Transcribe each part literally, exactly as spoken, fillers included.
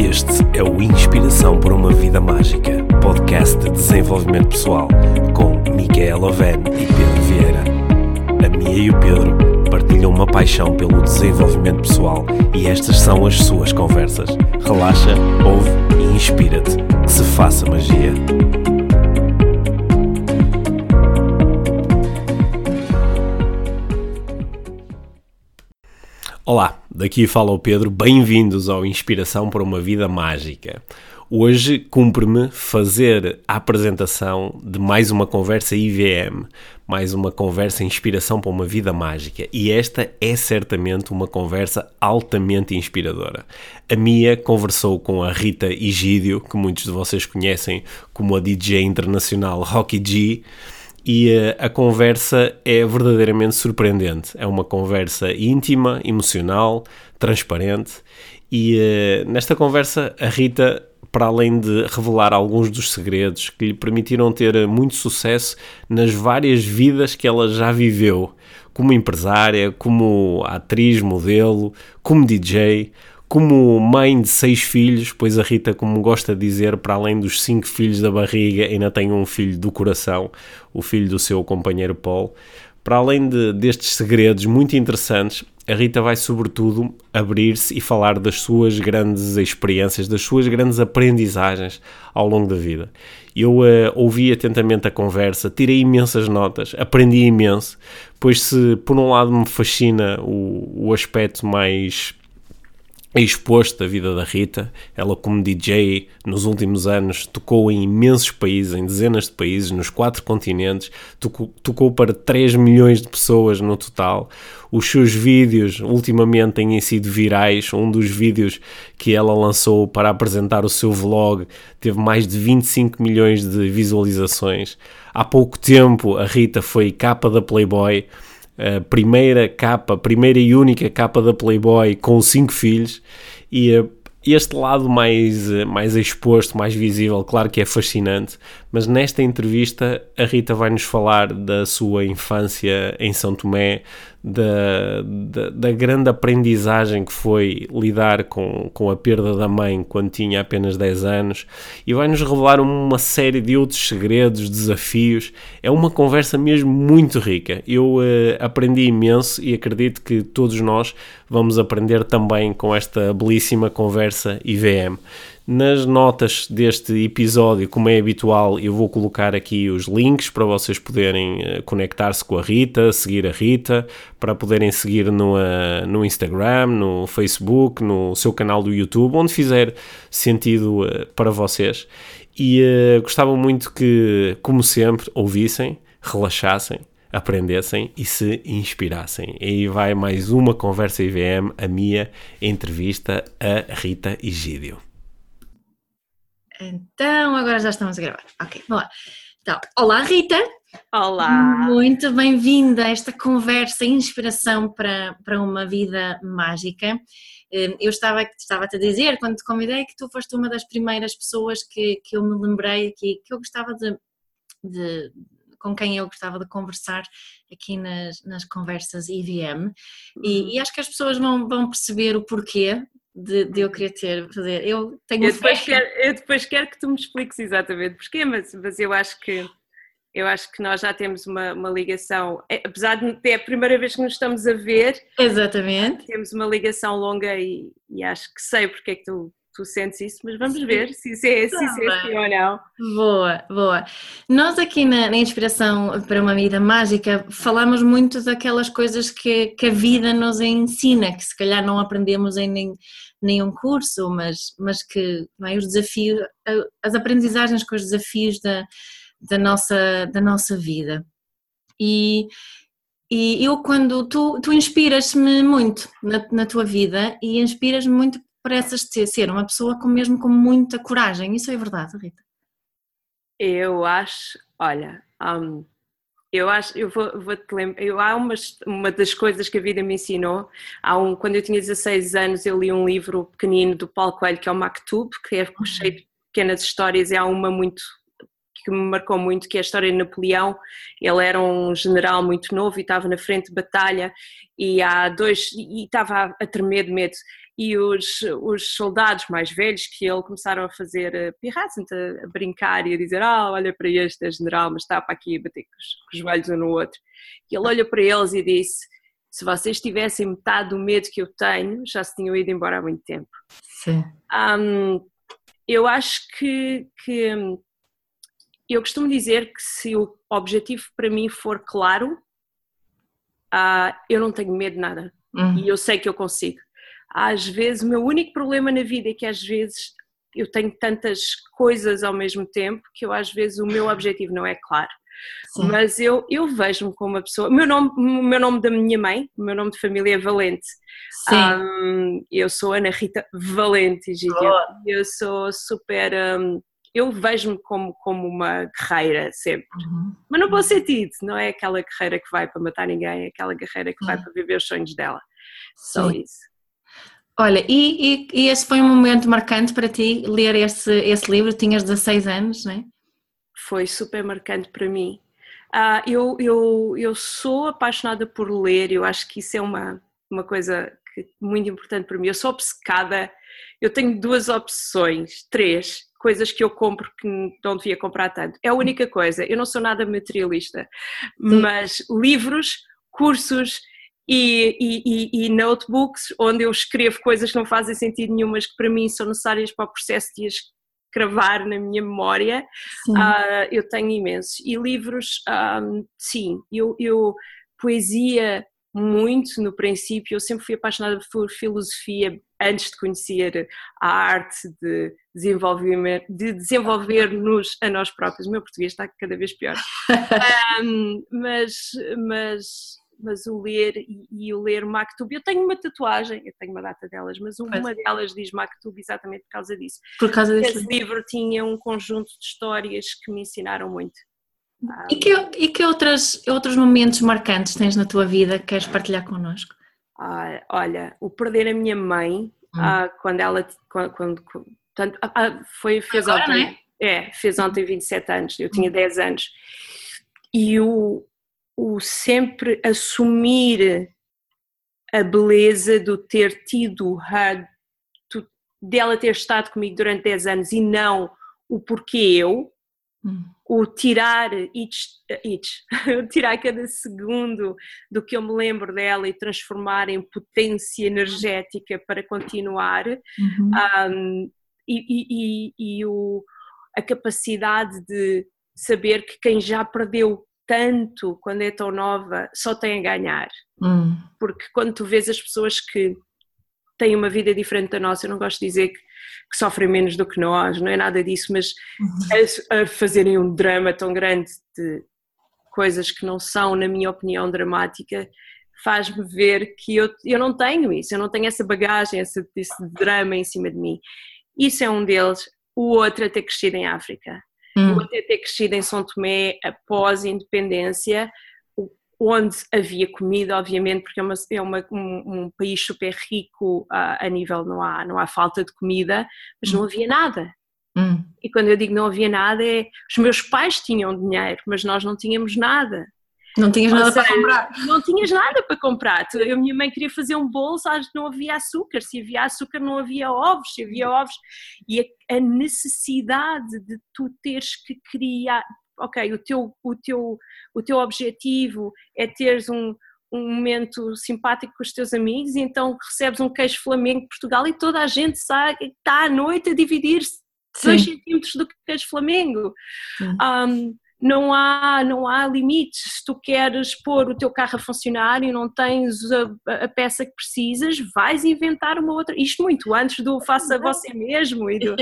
Este é o Inspiração por uma Vida Mágica, podcast de desenvolvimento pessoal, com Micaela Oven e Pedro Vieira. A Mia e o Pedro partilham uma paixão pelo desenvolvimento pessoal e estas são as suas conversas. Relaxa, ouve e inspira-te. Que se faça magia. Olá, daqui fala o Pedro, bem-vindos ao Inspiração para uma Vida Mágica. Hoje cumpre-me fazer a apresentação de mais uma conversa I V M, mais uma conversa Inspiração para uma Vida Mágica, e esta é certamente uma conversa altamente inspiradora. A Mia conversou com a Rita Egídio, que muitos de vocês conhecem como a D J internacional Rocky G, e uh, a conversa é verdadeiramente surpreendente. É uma conversa íntima, emocional, transparente e uh, nesta conversa a Rita, para além de revelar alguns dos segredos que lhe permitiram ter muito sucesso nas várias vidas que ela já viveu, como empresária, como atriz, modelo, como D J, como mãe de seis filhos, pois a Rita, como gosta de dizer, para além dos cinco filhos da barriga, ainda tem um filho do coração, o filho do seu companheiro Paul. Para além de, destes segredos muito interessantes, a Rita vai sobretudo abrir-se e falar das suas grandes experiências, das suas grandes aprendizagens ao longo da vida. Eu uh, ouvi atentamente a conversa, tirei imensas notas, aprendi imenso, pois se por um lado me fascina o, o aspecto mais exposto da vida da Rita, ela como D J nos últimos anos tocou em imensos países, em dezenas de países, nos quatro continentes, tocou, tocou para três milhões de pessoas no total. Os seus vídeos ultimamente têm sido virais. Um dos vídeos que ela lançou para apresentar o seu vlog teve mais de vinte e cinco milhões de visualizações. Há pouco tempo a Rita foi capa da Playboy, a primeira capa, primeira e única capa da Playboy com cinco filhos, e uh, este lado mais, uh, mais exposto, mais visível, claro que é fascinante, mas nesta entrevista a Rita vai-nos falar da sua infância em São Tomé, da, da, da grande aprendizagem que foi lidar com, com a perda da mãe quando tinha apenas dez anos, e vai-nos revelar uma série de outros segredos, desafios. É uma conversa mesmo muito rica. Eu uh, aprendi imenso e acredito que todos nós vamos aprender também com esta belíssima conversa I V M. Nas notas deste episódio, como é habitual, eu vou colocar aqui os links para vocês poderem uh, conectar-se com a Rita, seguir a Rita, para poderem seguir no, uh, no Instagram, no Facebook, no seu canal do YouTube, onde fizer sentido uh, para vocês. E uh, gostava muito que, como sempre, ouvissem, relaxassem, aprendessem e se inspirassem. E aí vai mais uma conversa I V M, a minha entrevista a Rita Egídio. Então, agora já estamos a gravar. Ok, vamos lá. Então, olá Rita. Olá. Muito bem-vinda a esta conversa, inspiração para, para uma vida mágica. Eu estava, estava-te a dizer, quando te convidei, que tu foste uma das primeiras pessoas que, que eu me lembrei aqui, que eu gostava de, de com quem eu gostava de conversar aqui nas, nas conversas I V M. E, e acho que as pessoas vão, vão perceber o porquê De, de eu querer ter, fazer, eu tenho eu depois, quero, eu depois quero que tu me expliques exatamente porquê, mas, mas eu acho que eu acho que nós já temos uma, uma ligação, é, apesar de é a primeira vez que nos estamos a ver, exatamente, temos uma ligação longa e, e acho que sei porque é que tu, tu sentes isso, mas vamos ver se isso é, se isso é assim ou não. Boa, boa. Nós aqui na, na Inspiração para uma Vida Mágica falamos muito daquelas coisas que, que a vida nos ensina, que se calhar não aprendemos em nem, nenhum curso, mas, mas que é, os desafios, as aprendizagens com os desafios da, da, nossa, da nossa vida. E, e eu quando, tu, tu inspiras-me muito na, na tua vida e inspiras-me muito para essas ser uma pessoa com, mesmo com muita coragem. Isso é verdade, Rita? Eu acho, olha, um, eu acho, eu vou, vou te lembrar, eu, há umas, uma das coisas que a vida me ensinou, há um, quando eu tinha dezasseis anos eu li um livro pequenino do Paulo Coelho que é o Maktub, que é cheio de pequenas histórias, e há uma muito, que me marcou muito, que é a história de Napoleão. Ele era um general muito novo e estava na frente de batalha e há dois e estava a tremer de medo. E os, os soldados mais velhos que ele começaram a fazer pirraça, a, a brincar e a dizer: ah, olha para este, é general, mas está para aqui a bater com os, com os joelhos um no outro. E ele olha para eles e disse: se vocês tivessem metade do medo que eu tenho, já se tinham ido embora há muito tempo. Sim. Um, eu acho que, que eu costumo dizer que se o objetivo para mim for claro, uh, eu não tenho medo de nada. Uhum. E eu sei que eu consigo. Às vezes, o meu único problema na vida é que às vezes eu tenho tantas coisas ao mesmo tempo que eu às vezes o meu objetivo não é claro. Sim. Mas eu, eu vejo-me como uma pessoa... O meu nome, o meu nome da minha mãe, o meu nome de família é Valente. Sim. Um, eu sou Ana Rita Valente, oh. Eu sou super... Um, eu vejo-me como, como uma guerreira sempre. Uhum. Mas no bom sentido, não é aquela guerreira que vai para matar ninguém, é aquela guerreira que vai uhum. para viver os sonhos dela. Só Sim. isso. Olha, e, e, e esse foi um momento marcante para ti, ler esse, esse livro? Tinhas dezasseis anos, não é? Foi super marcante para mim. Uh, eu, eu, eu sou apaixonada por ler, eu acho que isso é uma, uma coisa que, muito importante para mim. Eu sou obcecada, eu tenho duas obsessões, três coisas que eu compro que não devia comprar tanto. É a única coisa, eu não sou nada materialista, Sim. mas livros, cursos... E, e, e notebooks onde eu escrevo coisas que não fazem sentido nenhum, mas que para mim são necessárias para o processo de as cravar na minha memória, uh, eu tenho imensos. E livros, um, sim, eu, eu poesia muito no princípio, eu sempre fui apaixonada por filosofia antes de conhecer a arte de desenvolvimento, de desenvolver-nos a nós próprios. O meu português está cada vez pior. um, mas... mas mas o ler e, e o ler Maktub, eu tenho uma tatuagem, eu tenho uma data delas, mas uma delas diz Maktub exatamente por causa disso. Por causa desse Esse livro tinha um conjunto de histórias que me ensinaram muito. E que, e que outras, outros momentos marcantes tens na tua vida que queres partilhar connosco? Ah, olha, o perder a minha mãe, hum. ah, quando ela, quando, quando, quando ah, foi, fez Agora, ontem, não é? É, fez ontem vinte e sete anos, eu tinha dez anos, e o o sempre assumir a beleza do ter tido, dela ter estado comigo durante dez anos e não o porquê eu, hum. o tirar each, each, tirar cada segundo do que eu me lembro dela e transformar em potência energética para continuar, uhum. um, e, e, e, e o, a capacidade de saber que quem já perdeu tanto quando é tão nova só tem a ganhar, hum. porque quando tu vês as pessoas que têm uma vida diferente da nossa, eu não gosto de dizer que, que sofrem menos do que nós, não é nada disso, mas uhum. a, a fazerem um drama tão grande de coisas que não são, na minha opinião, dramática, faz-me ver que eu, eu não tenho isso, eu não tenho essa bagagem, esse, esse drama em cima de mim. Isso é um deles. O outro é ter crescido em África. Hum. O ter crescido em São Tomé após a independência, onde havia comida, obviamente, porque é, uma, é uma, um, um país super rico a, a nível, não há, não há falta de comida, mas hum. não havia nada. Hum. E quando eu digo não havia nada, é os meus pais tinham dinheiro, mas nós não tínhamos nada. Não tinhas Ou nada seja, para comprar. Não tinhas nada para comprar. A minha mãe queria fazer um bolo, sabes, não havia açúcar. Se havia açúcar, não havia ovos. Se havia ovos. E a, a necessidade de tu teres que criar... Ok, o teu, o teu, o teu objetivo é teres um, um momento simpático com os teus amigos e então recebes um queijo Flamengo de Portugal e toda a gente sabe, está à noite a dividir-se dois centímetros do queijo Flamengo. Um, Não há, não há limites. Se tu queres pôr o teu carro a funcionar e não tens a, a peça que precisas, vais inventar uma outra. Isto muito antes do faça você mesmo. E do,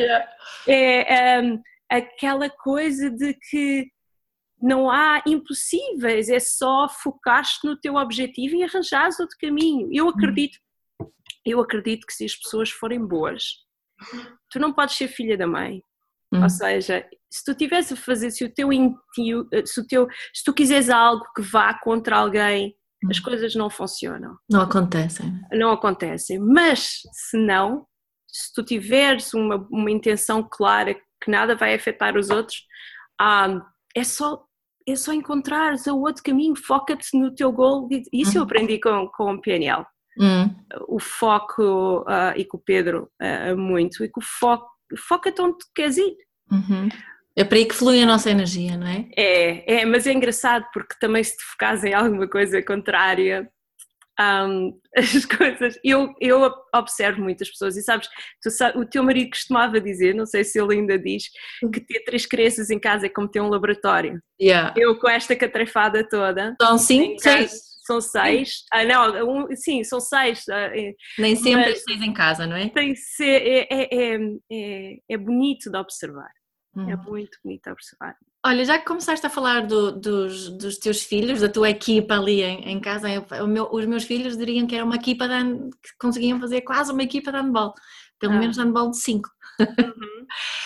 é, é aquela coisa de que não há impossíveis, é só focar-te no teu objetivo e arranjares outro caminho. Eu acredito, eu acredito que se as pessoas forem boas, tu não podes ser filha da mãe. Hum. Ou seja, se tu tivesse a fazer, se o teu se, o teu, se tu quiseres algo que vá contra alguém, hum. as coisas não funcionam. Não acontecem. Não acontecem. Mas, se não, se tu tiveres uma, uma intenção clara que nada vai afetar os outros, um, é só é só encontrares o outro caminho, foca-te no teu gol. Isso uhum. eu aprendi com, com o P N L. Uhum. O foco, uh, e com o Pedro uh, muito, e que o foco, foca-te onde tu queres ir. Uhum. É para aí que flui a nossa energia, não é? É, é, mas é engraçado porque também se te focares em alguma coisa contrária, um, as coisas, eu, eu observo muitas pessoas e sabes, tu, o teu marido costumava dizer, não sei se ele ainda diz, que ter três crianças em casa é como ter um laboratório. Yeah. Eu com esta catrefada toda, são cinco, seis, são seis, ah, não, um, sim, são seis. Nem sempre seis em casa, não é? Tem que ser, é, é, é, é, é bonito de observar, hum. é muito bonito de observar. Olha, já que começaste a falar do, dos, dos teus filhos, da tua equipa ali em, em casa, eu, o meu, os meus filhos diriam que era uma equipa de, que conseguiam fazer quase uma equipa de handball, pelo ah. menos handball de cinco. Uhum.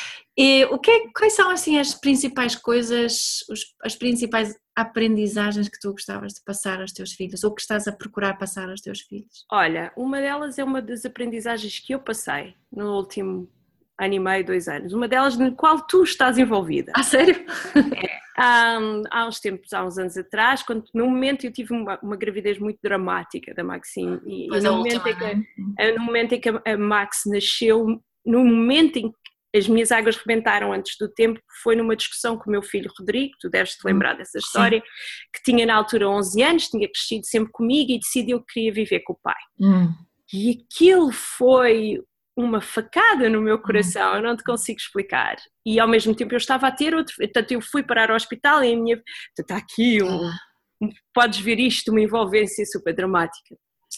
E o que é, quais são assim as principais coisas, os, as principais aprendizagens que tu gostavas de passar aos teus filhos, ou que estás a procurar passar aos teus filhos? Olha, uma delas é uma das aprendizagens que eu passei no último ano e meio, dois anos, uma delas na qual tu estás envolvida. Ah, sério? É, há, há uns tempos, há uns anos atrás, quando no momento eu tive uma, uma gravidez muito dramática da Maxine, e, e no, momento última, em que, no momento em que a Max nasceu, no momento em que as minhas águas rebentaram antes do tempo, foi numa discussão com o meu filho Rodrigo, tu deves te lembrar dessa história, sim, que tinha na altura onze anos, tinha crescido sempre comigo e decidiu que queria viver com o pai. Hum. E aquilo foi uma facada no meu coração, eu não te consigo explicar. E ao mesmo tempo eu estava a ter outro, portanto eu fui parar ao hospital e a minha, está aqui, um, um, podes ver isto, uma envolvência super dramática.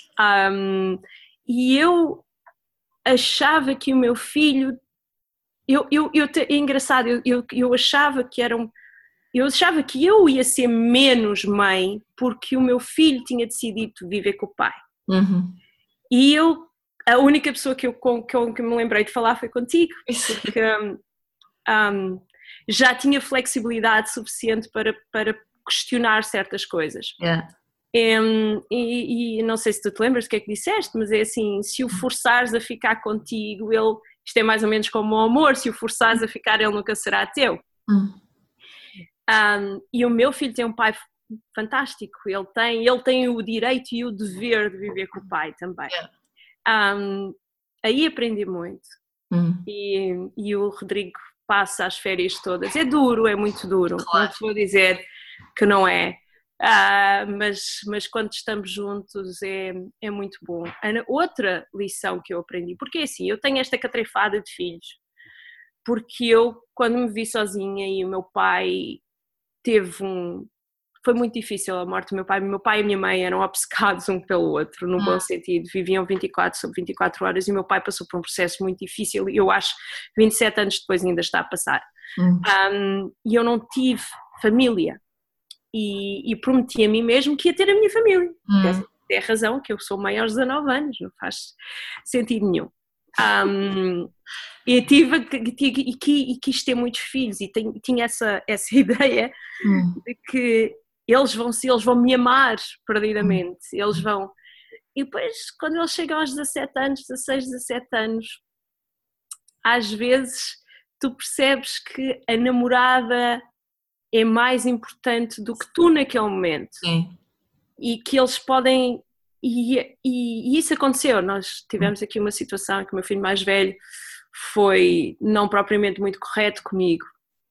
Um, e eu achava que o meu filho, eu, eu, eu, é engraçado, eu, eu, eu achava que era um, eu achava que eu ia ser menos mãe porque o meu filho tinha decidido viver com o pai. Uhum. E eu a única pessoa que eu, que eu que me lembrei de falar foi contigo, porque um, um, já tinha flexibilidade suficiente para, para questionar certas coisas. Yeah. Um, e, e não sei se tu te lembras do que é que disseste, mas é assim, se o forçares a ficar contigo, ele, isto é mais ou menos como o amor, se o forçares a ficar, ele nunca será teu. Hum. Um, e o meu filho tem um pai fantástico, ele tem, ele tem o direito e o dever de viver com o pai também. Yeah. Um, aí aprendi muito. Hum. e, e o Rodrigo passa as férias todas, é duro, é muito duro, claro. Não te vou dizer que não é, uh, mas, mas quando estamos juntos é, é muito bom. Outra lição que eu aprendi, porque é assim, eu tenho esta catrefada de filhos, porque eu quando me vi sozinha e o meu pai teve um foi muito difícil a morte do meu pai. Meu pai e a minha mãe eram obcecados um pelo outro, no ah. bom sentido. Viviam vinte e quatro sobre vinte e quatro horas e o meu pai passou por um processo muito difícil e eu acho que vinte e sete anos depois ainda está a passar. Hum. Um, e eu não tive família. E, e prometi a mim mesmo que ia ter a minha família. Hum. É a razão que eu sou mãe aos dezanove anos, não faz sentido nenhum. Um, e, tive, e, e quis ter muitos filhos e tenho, tinha essa, essa ideia hum. de que eles vão, eles vão me amar perdidamente, eles vão, e depois quando eles chegam aos dezassete anos, dezasseis, dezassete anos, às vezes tu percebes que a namorada é mais importante do que tu naquele momento. Sim. E que eles podem, e, e, e isso aconteceu, nós tivemos aqui uma situação em que o meu filho mais velho foi não propriamente muito correto comigo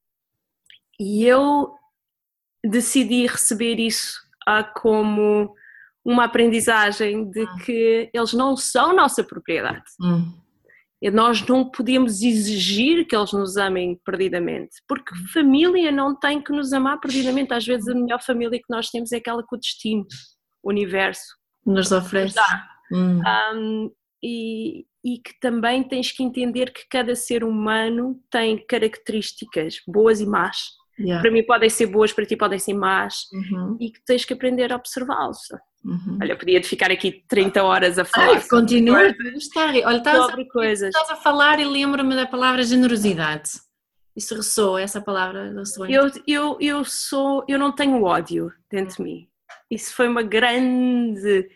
e eu decidi receber isso ah, como uma aprendizagem de que eles não são nossa propriedade. Hum. E nós não podemos exigir que eles nos amem perdidamente, porque família não tem que nos amar perdidamente. Às vezes a melhor família que nós temos é aquela que o destino, o universo nos oferece. Hum. Um, e, e que também tens que entender que cada ser humano tem características boas e más. Yeah. Para mim podem ser boas, para ti podem ser más, uhum. e que tens que aprender a observá-los. Uhum. Olha, podia-te ficar aqui trinta horas a falar. Ai, continua a gostar. Olha, estás, sobre a, coisas. estás a falar e lembro-me da palavra generosidade. Isso ressoa, essa palavra ressoa. Eu, eu, eu sou, eu não tenho ódio dentro de mim. Isso foi uma grande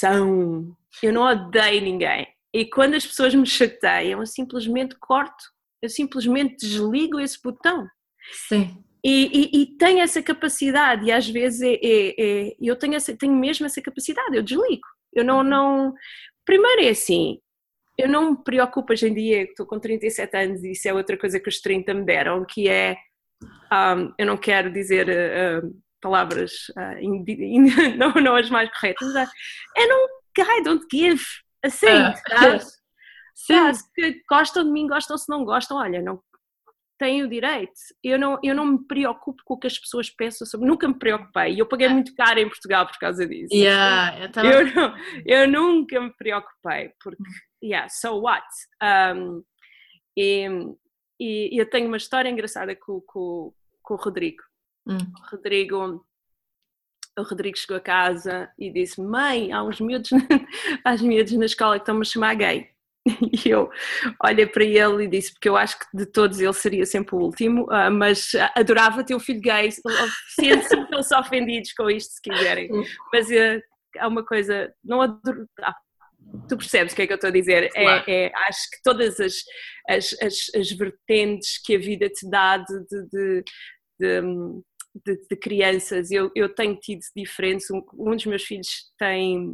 libertação. Eu não odeio ninguém. E quando as pessoas me chateiam, eu simplesmente corto eu simplesmente desligo esse botão. Sim. E, e, e tenho essa capacidade, e às vezes é, é, é, eu tenho, essa, tenho mesmo essa capacidade, eu desligo. Eu não, não... Primeiro é assim, eu não me preocupo hoje em dia, estou com trinta e sete anos e isso é outra coisa que os trinta me deram, que é, um, eu não quero dizer uh, palavras uh, in, in, não, não as mais corretas, mas é não, I don't give, assim, Ah, sabes? sim. Ah, se gostam de mim, gostam, se não gostam, olha, não têm o direito. Eu não, eu não me preocupo com o que as pessoas pensam sobre, nunca me preocupei, e eu paguei muito caro em Portugal por causa disso. Yeah, eu, tava... eu, não, eu nunca me preocupei, porque, yeah, so what? Um, e, e eu tenho uma história engraçada com, com, com o Rodrigo. Hum. O Rodrigo... O Rodrigo chegou a casa e disse: mãe, há uns miúdos, há uns miúdos na escola que estão-me a chamar gay. E eu olhei para ele e disse, porque eu acho que de todos ele seria sempre o último, uh, mas adorava ter um filho gay, sintam-se ofendidos com isto se quiserem, mas uh, há uma coisa, não adoro, ah, tu percebes o que é que eu estou a dizer, Claro. é, é, acho que todas as, as, as, as vertentes que a vida te dá de, de, de, de De, de crianças, eu, eu tenho tido diferentes, um, um dos meus filhos tem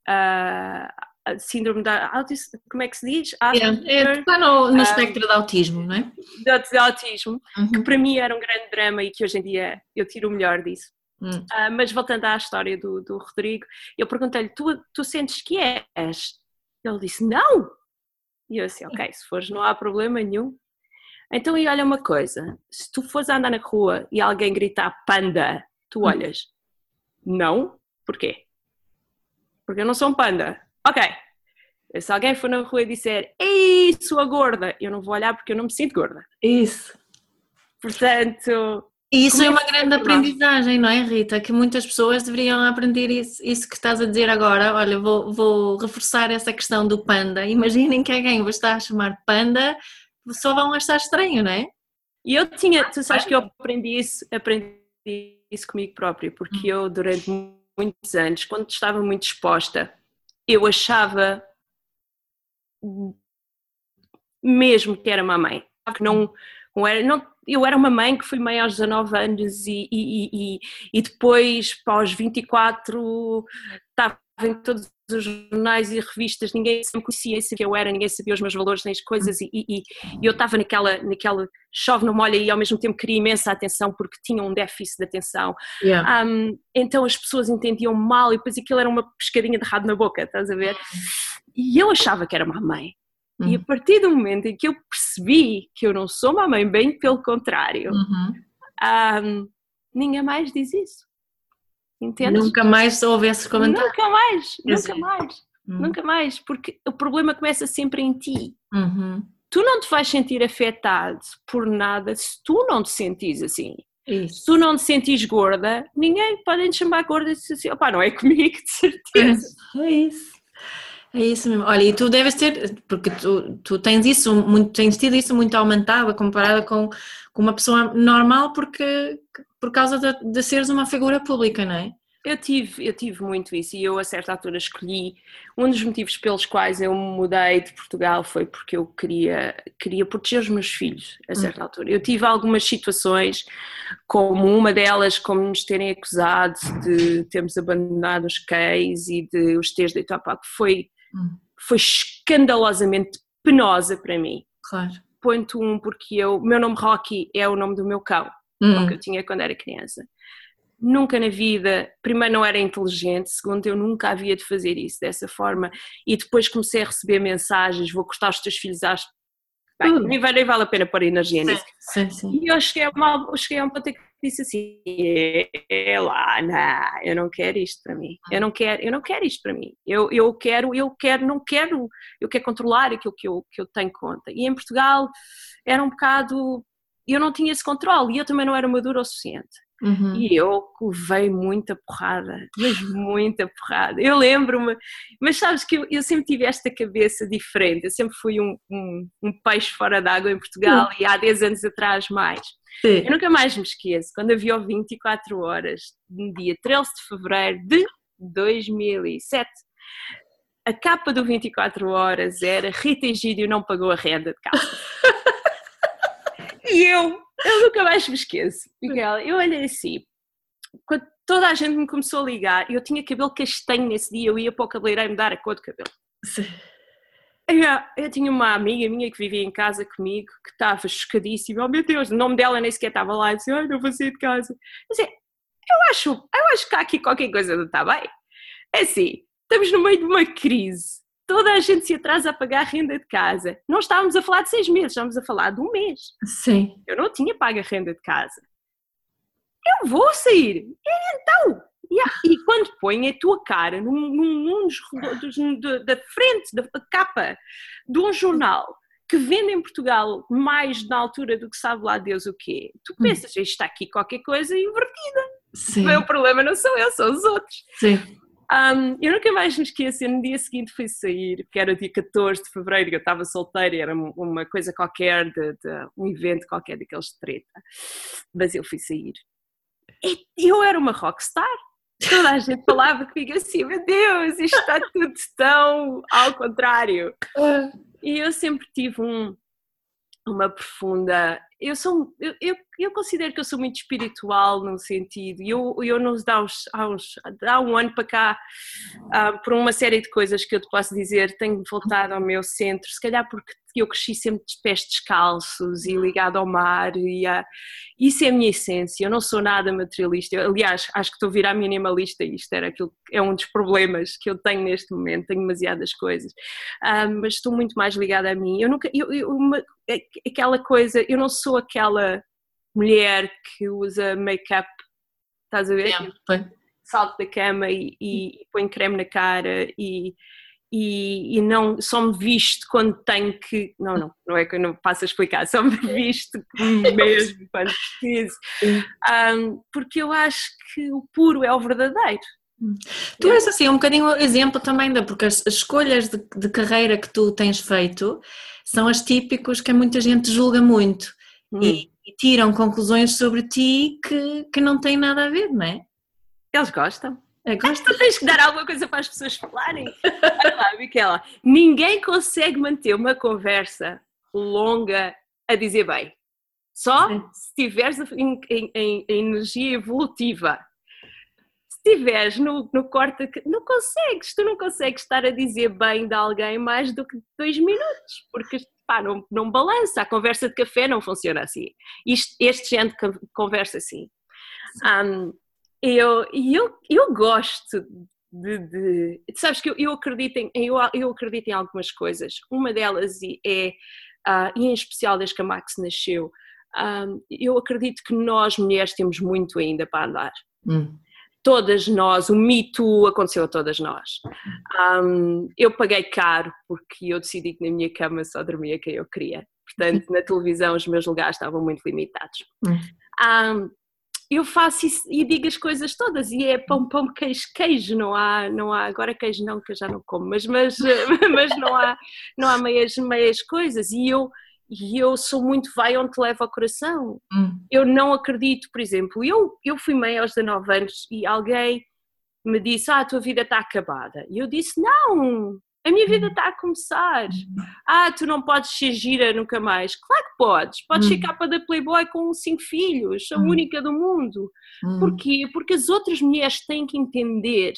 uh, síndrome da autismo, como é que se diz? Yeah. É, está no, no um, espectro de autismo, não é? De, de autismo, Uhum. que para mim era um grande drama e que hoje em dia eu tiro o melhor disso. Uhum. Uh, mas voltando à história do, do Rodrigo, eu perguntei-lhe, tu, tu sentes que és? Ele disse, não! E eu assim, ok, se fores não há problema nenhum. Então, e olha uma coisa, se tu fores andar na rua e alguém gritar panda, tu olhas, não? Porquê? Porque eu não sou um panda. Ok, se alguém for na rua e disser, ei, sua gorda, eu não vou olhar porque eu não me sinto gorda. Isso. Portanto... E isso é uma é grande aprendizagem, não é, Rita? Que muitas pessoas deveriam aprender isso, isso que estás a dizer agora. Olha, vou, vou reforçar essa questão do panda. Imaginem que alguém vos está a chamar panda, só vão achar estranho, não é? E eu tinha, tu sabes que eu aprendi isso, aprendi isso comigo própria, porque eu durante muitos anos, quando estava muito exposta, eu achava mesmo que era uma mãe, que não, não era, não, eu era uma mãe que fui mãe aos dezanove anos e, e, e, e depois, para os vinte e quatro, estava em todos os jornais e revistas, ninguém me conhecia que eu era, ninguém sabia os meus valores nem as coisas e, e, e eu estava naquela, naquela chove não molha e ao mesmo tempo queria imensa atenção porque tinha um déficit de atenção. Yeah. Um, então as pessoas entendiam mal e depois aquilo era uma pescadinha de rabo na boca, estás a ver? E eu achava que era uma mãe. Uhum. E a partir do momento em que eu percebi que eu não sou uma mãe, bem pelo contrário, uhum. um, ninguém mais diz isso. Entendes? Nunca mais ouve esses comentários. Nunca mais, Esse. nunca mais, uhum. nunca mais, porque o problema começa sempre em ti. Uhum. Tu não te vais sentir afetado por nada se tu não te sentires assim. Isso. Se tu não te sentires gorda, ninguém pode te chamar gorda e dizer assim, opá, não é comigo, de certeza. É isso. É isso mesmo. Olha, e tu deves ter, porque tu, tu tens isso, muito, tens tido isso muito aumentado, comparada com, com uma pessoa normal, porque, por causa de, de seres uma figura pública, não é? Eu tive, eu tive muito isso e eu a certa altura escolhi, um dos motivos pelos quais eu me mudei de Portugal foi porque eu queria, queria proteger os meus filhos a certa hum. altura. Eu tive algumas situações, como uma delas, como nos terem acusado de termos abandonado os cães e de os teres deitado para que foi, hum. foi escandalosamente penosa para mim. Claro. Ponto um, porque eu, o meu nome Rocky é o nome do meu cão, hum. que eu tinha quando era criança. Nunca na vida, primeiro não era inteligente, segundo eu nunca havia de fazer isso dessa forma e depois comecei a receber mensagens, vou cortar os teus filhos às... Bem, uh. nem, vale, nem vale a pena pôr energia nisso. Sim, sim. E eu cheguei a, uma, eu cheguei a um ponto que disse assim, é lá, não, eu não quero isto para mim, eu não quero, eu não quero isto para mim, eu, eu quero, eu quero, não quero, eu quero controlar aquilo que eu, que eu tenho conta. E em Portugal era um bocado, eu não tinha esse controle e eu também não era madura o suficiente. Uhum. E eu levei muita porrada, mas muita porrada. Eu lembro-me, mas sabes que eu, eu sempre tive esta cabeça diferente, eu sempre fui um, um, um peixe fora d'água em Portugal uhum. e há dez anos atrás mais. Sim. Eu nunca mais me esqueço, quando havia o vinte e quatro horas, no dia treze de fevereiro de dois mil e sete, a capa do vinte e quatro horas era Rita Egídio não pagou a renda de casa. E eu, eu nunca mais me esqueço, Miguel, eu olhei assim, quando toda a gente me começou a ligar, eu tinha cabelo castanho nesse dia, eu ia para o cabeleireiro me dar a cor de cabelo. Sim. Eu, eu tinha uma amiga minha que vivia em casa comigo, que estava chocadíssima, oh meu Deus, o nome dela nem sequer estava lá, eu disse, ai, não vou sair de casa. Eu disse, eu acho, eu acho que há aqui qualquer coisa não está bem. É assim, estamos no meio de uma crise, toda a gente se atrasa a pagar a renda de casa. Não estávamos a falar de seis meses, estávamos a falar de um mês. Sim. Eu não tinha pago a renda de casa. Eu vou sair. E então, yeah. E quando põe a tua cara num, num, num dos, dos, da frente, da capa de um jornal que vende em Portugal mais na altura do que sabe lá Deus o quê, tu pensas, isto está aqui qualquer coisa invertida. Sim. O meu problema não sou eu, são os outros. Sim. Um, eu nunca mais me esqueço, no dia seguinte fui sair, que era dia catorze de fevereiro, eu estava solteira, era uma coisa qualquer, de, de, um evento qualquer daqueles de treta, mas eu fui sair. E eu era uma rockstar, toda a gente falava comigo assim, meu Deus, isto está tudo tão ao contrário. E eu sempre tive um, uma profunda... Eu, sou, eu, eu, eu considero que eu sou muito espiritual num sentido, e eu, eu nos dá, uns, há, uns, há um ano para cá, uh, por uma série de coisas que eu te posso dizer, tenho voltado ao meu centro, se calhar porque eu cresci sempre de pés descalços e ligado ao mar, e uh, isso é a minha essência, eu não sou nada materialista, eu, aliás, acho que estou a virar minimalista, isto era aquilo, é um dos problemas que eu tenho neste momento, tenho demasiadas coisas, uh, mas estou muito mais ligada a mim, eu nunca, eu, eu, uma, aquela coisa, eu não sou aquela mulher que usa make-up, estás a ver? Yeah, salto da cama e, e põe creme na cara e, e, e não, só me visto quando tenho que, não, não, não é que eu não passo a explicar, só me visto mesmo quando preciso, um, porque eu acho que o puro é o verdadeiro. Tu és assim um bocadinho exemplo também, da, porque as, as escolhas de, de carreira que tu tens feito são as típicas que muita gente julga muito hum. e, e tiram conclusões sobre ti que, que não têm nada a ver, não é? Eles gostam. É, gostam. Tu tens que dar alguma coisa para as pessoas falarem. Olha lá, Miquela, ninguém consegue manter uma conversa longa a dizer bem. Só Sim. se tiveres em, em, em energia evolutiva. Se estiveres no, no corte, não consegues, tu não consegues estar a dizer bem de alguém mais do que dois minutos, porque pá, não, não balança, a conversa de café não funciona assim, Isto, este gente conversa assim. Um, eu, eu, eu gosto de, de sabes que eu, eu, acredito em, eu, eu acredito em algumas coisas, uma delas é, uh, e em especial desde que a Max nasceu, um, eu acredito que nós mulheres temos muito ainda para andar. Hum. Todas nós, o Me Too aconteceu a todas nós. Um, eu paguei caro porque eu decidi que na minha cama só dormia quem eu queria. Portanto, na televisão os meus lugares estavam muito limitados. Um, eu faço isso e digo as coisas todas e é pão, pão, queijo, queijo, não há, não há, agora queijo não, que eu já não como, mas, mas, mas não há, não há meias, meias coisas e eu... E eu sou muito vai onde te leva ao coração. Hum. Eu não acredito, por exemplo, eu, eu fui mãe aos dezanove anos e alguém me disse, ah, a tua vida está acabada. E eu disse, não, a minha vida está a começar. Ah, tu não podes ser gira nunca mais. Claro que podes. Podes hum. ser capa da Playboy com cinco filhos, a hum. única do mundo. Hum. Porquê? Porque as outras mulheres têm que entender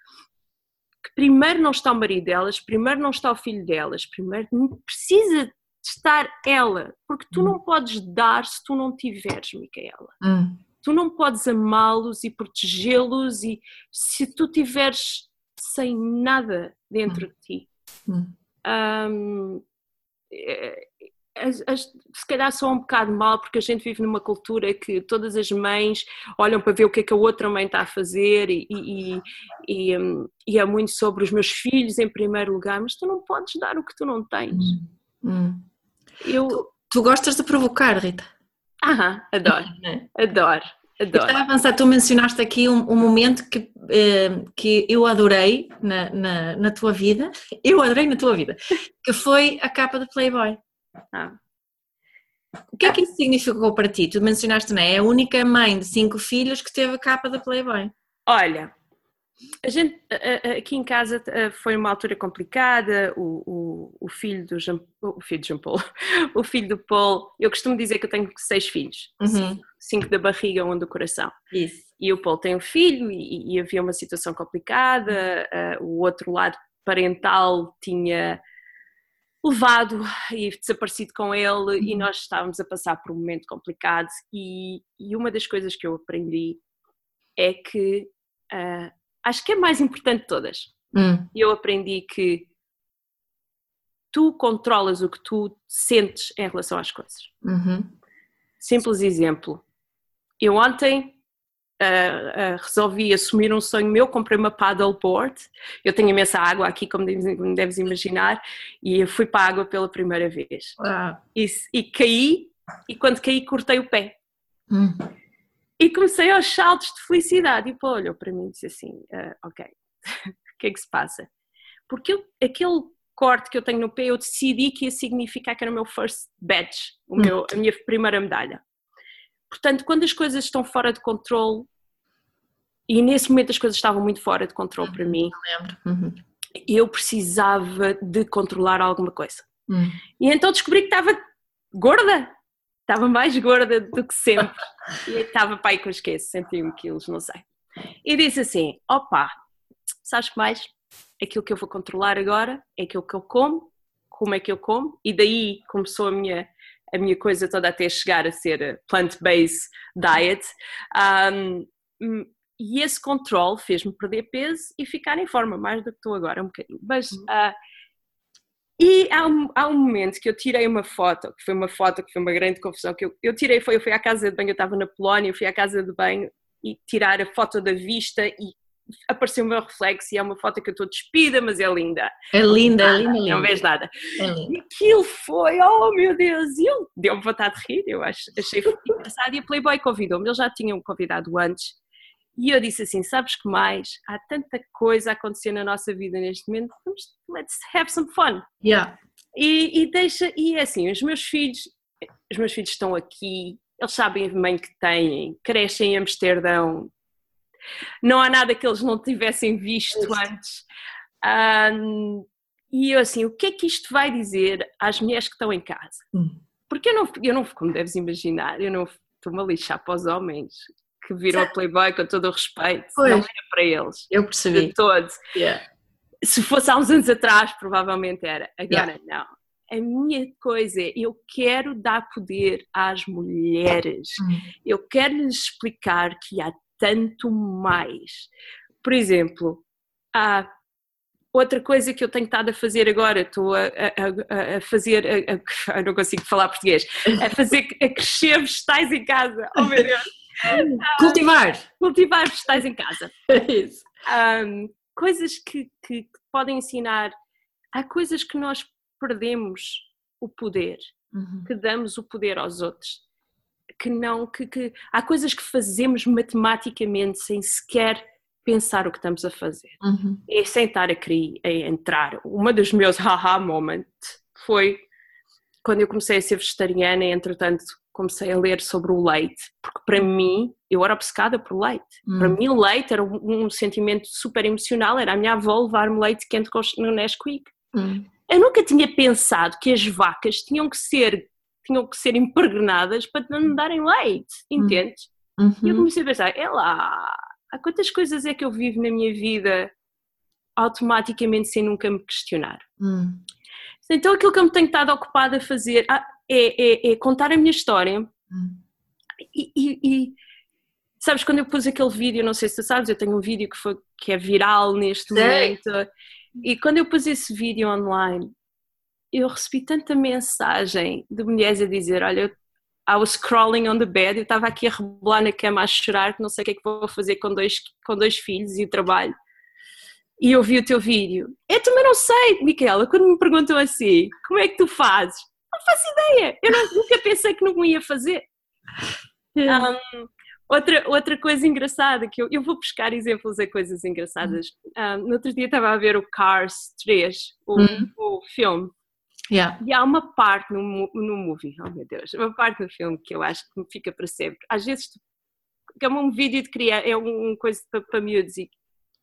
que primeiro não está o marido delas, primeiro não está o filho delas, primeiro precisa estar ela, porque tu não podes dar se tu não tiveres, Micaela. Hum. Tu não podes amá-los e protegê-los e se tu tiveres sem nada dentro hum. de ti. Hum. Um, as, as, se calhar só um bocado mal, porque a gente vive numa cultura que todas as mães olham para ver o que é que a outra mãe está a fazer e, e, e, um, e é muito sobre os meus filhos em primeiro lugar, mas tu não podes dar o que tu não tens. Hum. Hum. Eu... Tu, tu gostas de provocar, Rita? Aham, adoro, adoro, adoro. Estava a pensar, tu mencionaste aqui um, um momento que, eh, que eu adorei na, na, na tua vida, eu adorei na tua vida, que foi a capa da Playboy. Ah. O que é que isso significou para ti? Tu mencionaste, não é? É a única mãe de cinco filhos que teve a capa da Playboy. Olha, A gente, aqui em casa foi uma altura complicada, o, o, o filho do Jean, o filho de Jean Paul, o filho do Paul, eu costumo dizer que eu tenho seis filhos, uhum. cinco, cinco da barriga, um do coração. Isso. E o Paul tem um filho e, e havia uma situação complicada, uh, o outro lado parental tinha levado e desaparecido com ele uhum. e nós estávamos a passar por um momento complicado e, e uma das coisas que eu aprendi é que uh, acho que é mais importante de todas. Hum. Eu aprendi que tu controlas o que tu sentes em relação às coisas. Uhum. Simples exemplo. Eu ontem uh, uh, resolvi assumir um sonho meu, comprei uma paddleboard. Eu tenho imensa água aqui, como deves, como deves imaginar, e eu fui para a água pela primeira vez. Ah. E, e caí, e quando caí cortei o pé. Hum. E comecei aos saltos de felicidade. E o Paulo olhou para mim e disse assim, uh, ok, o que é que se passa? Porque eu, aquele corte que eu tenho no pé, eu decidi que ia significar que era o meu first badge, o meu, a minha primeira medalha. Portanto, quando as coisas estão fora de controle, e nesse momento as coisas estavam muito fora de controle uhum, para mim, lembro. Uhum. eu precisava de controlar alguma coisa. Uhum. E então descobri que estava gorda. Estava mais gorda do que sempre. E estava pai com os quê? sessenta e um quilos, não sei. E disse assim, opa, sabes que mais? Aquilo que eu vou controlar agora é aquilo que eu como, como é que eu como, e daí começou a minha, a minha coisa toda até chegar a ser plant-based diet. Um, e esse controle fez-me perder peso e ficar em forma, mais do que estou agora, um bocadinho. Mas... Uh, E há um, há um momento que eu tirei uma foto, que foi uma foto que foi uma grande confusão, que eu, eu tirei, foi, eu fui à casa de banho, eu estava na Polónia, eu fui à casa de banho e tirar a foto da vista e apareceu o meu reflexo e é uma foto que eu estou despida, mas é linda. É linda, é linda, linda. Não vês nada. É linda. E aquilo foi, oh meu Deus, e eu deu-me vontade de rir, eu acho, achei engraçado e a Playboy convidou-me, eles já tinham convidado antes. E eu disse assim, sabes que mais? Há tanta coisa a acontecer na nossa vida neste momento, vamos, let's have some fun. Yeah. E, e deixa, e é assim, os meus filhos, os meus filhos estão aqui, eles sabem a mãe que têm, crescem em Amsterdão, não há nada que eles não tivessem visto Isso. antes. Um, e eu assim, o que é que isto vai dizer às mulheres que estão em casa? Hum. Porque eu não, eu não, como deves imaginar, eu não estou-me a lixar para os homens que viram a Playboy com todo o respeito, pois. Não era para eles. Eu percebi. De todos. Yeah. Se fosse há uns anos atrás, provavelmente era. Agora yeah. não. A minha coisa é, eu quero dar poder às mulheres. Hum. Eu quero lhes explicar que há tanto mais. Por exemplo, há outra coisa que eu tenho estado a fazer agora, estou a, a, a fazer, a, a, não consigo falar português, a fazer, a crescer vegetais em casa. Oh meu Deus! Cultivar. Cultivar vegetais em casa. Isso. Um, coisas que, que, que podem ensinar. Há coisas que nós perdemos o poder, uhum. que damos o poder aos outros. Que não, que, que, há coisas que fazemos matematicamente sem sequer pensar o que estamos a fazer. Uhum. E sem estar a querer a entrar. Uma dos meus haha moments foi quando eu comecei a ser vegetariana e entretanto comecei a ler sobre o leite, porque para mim, eu era obcecada por leite. Hum. Para mim o leite era um, um sentimento super emocional, era a minha avó levar-me leite quente no Nesquik. Hum. Eu nunca tinha pensado que as vacas tinham que ser, tinham que ser impregnadas para me darem leite, entendes? Uhum. E eu comecei a pensar, é lá, há quantas coisas é que eu vivo na minha vida automaticamente sem nunca me questionar. Hum. Então aquilo que eu me tenho estado ocupada a fazer é, é, é contar a minha história hum. e, e, e sabes, quando eu pus aquele vídeo, não sei se tu sabes, eu tenho um vídeo que, foi, que é viral neste Sei. momento e quando eu pus esse vídeo online eu recebi tanta mensagem de mulheres a dizer, olha, I was crawling on the bed, eu estava aqui a rebolar na cama a chorar que não sei o que é que vou fazer com dois, com dois filhos e trabalho. E eu vi o teu vídeo. Eu também não sei, Micaela, quando me perguntam assim, como é que tu fazes? Não faço ideia, eu não, nunca pensei que não ia fazer. Um, outra, outra coisa engraçada, que eu, eu vou buscar exemplos a coisas engraçadas. Um, no outro dia estava a ver o Cars três, o, hum. o filme. Yeah. E há uma parte no, no movie, oh meu Deus, uma parte no filme que eu acho que me fica para sempre. Às vezes, que é um vídeo de criança, é um coisa para, para miúdos e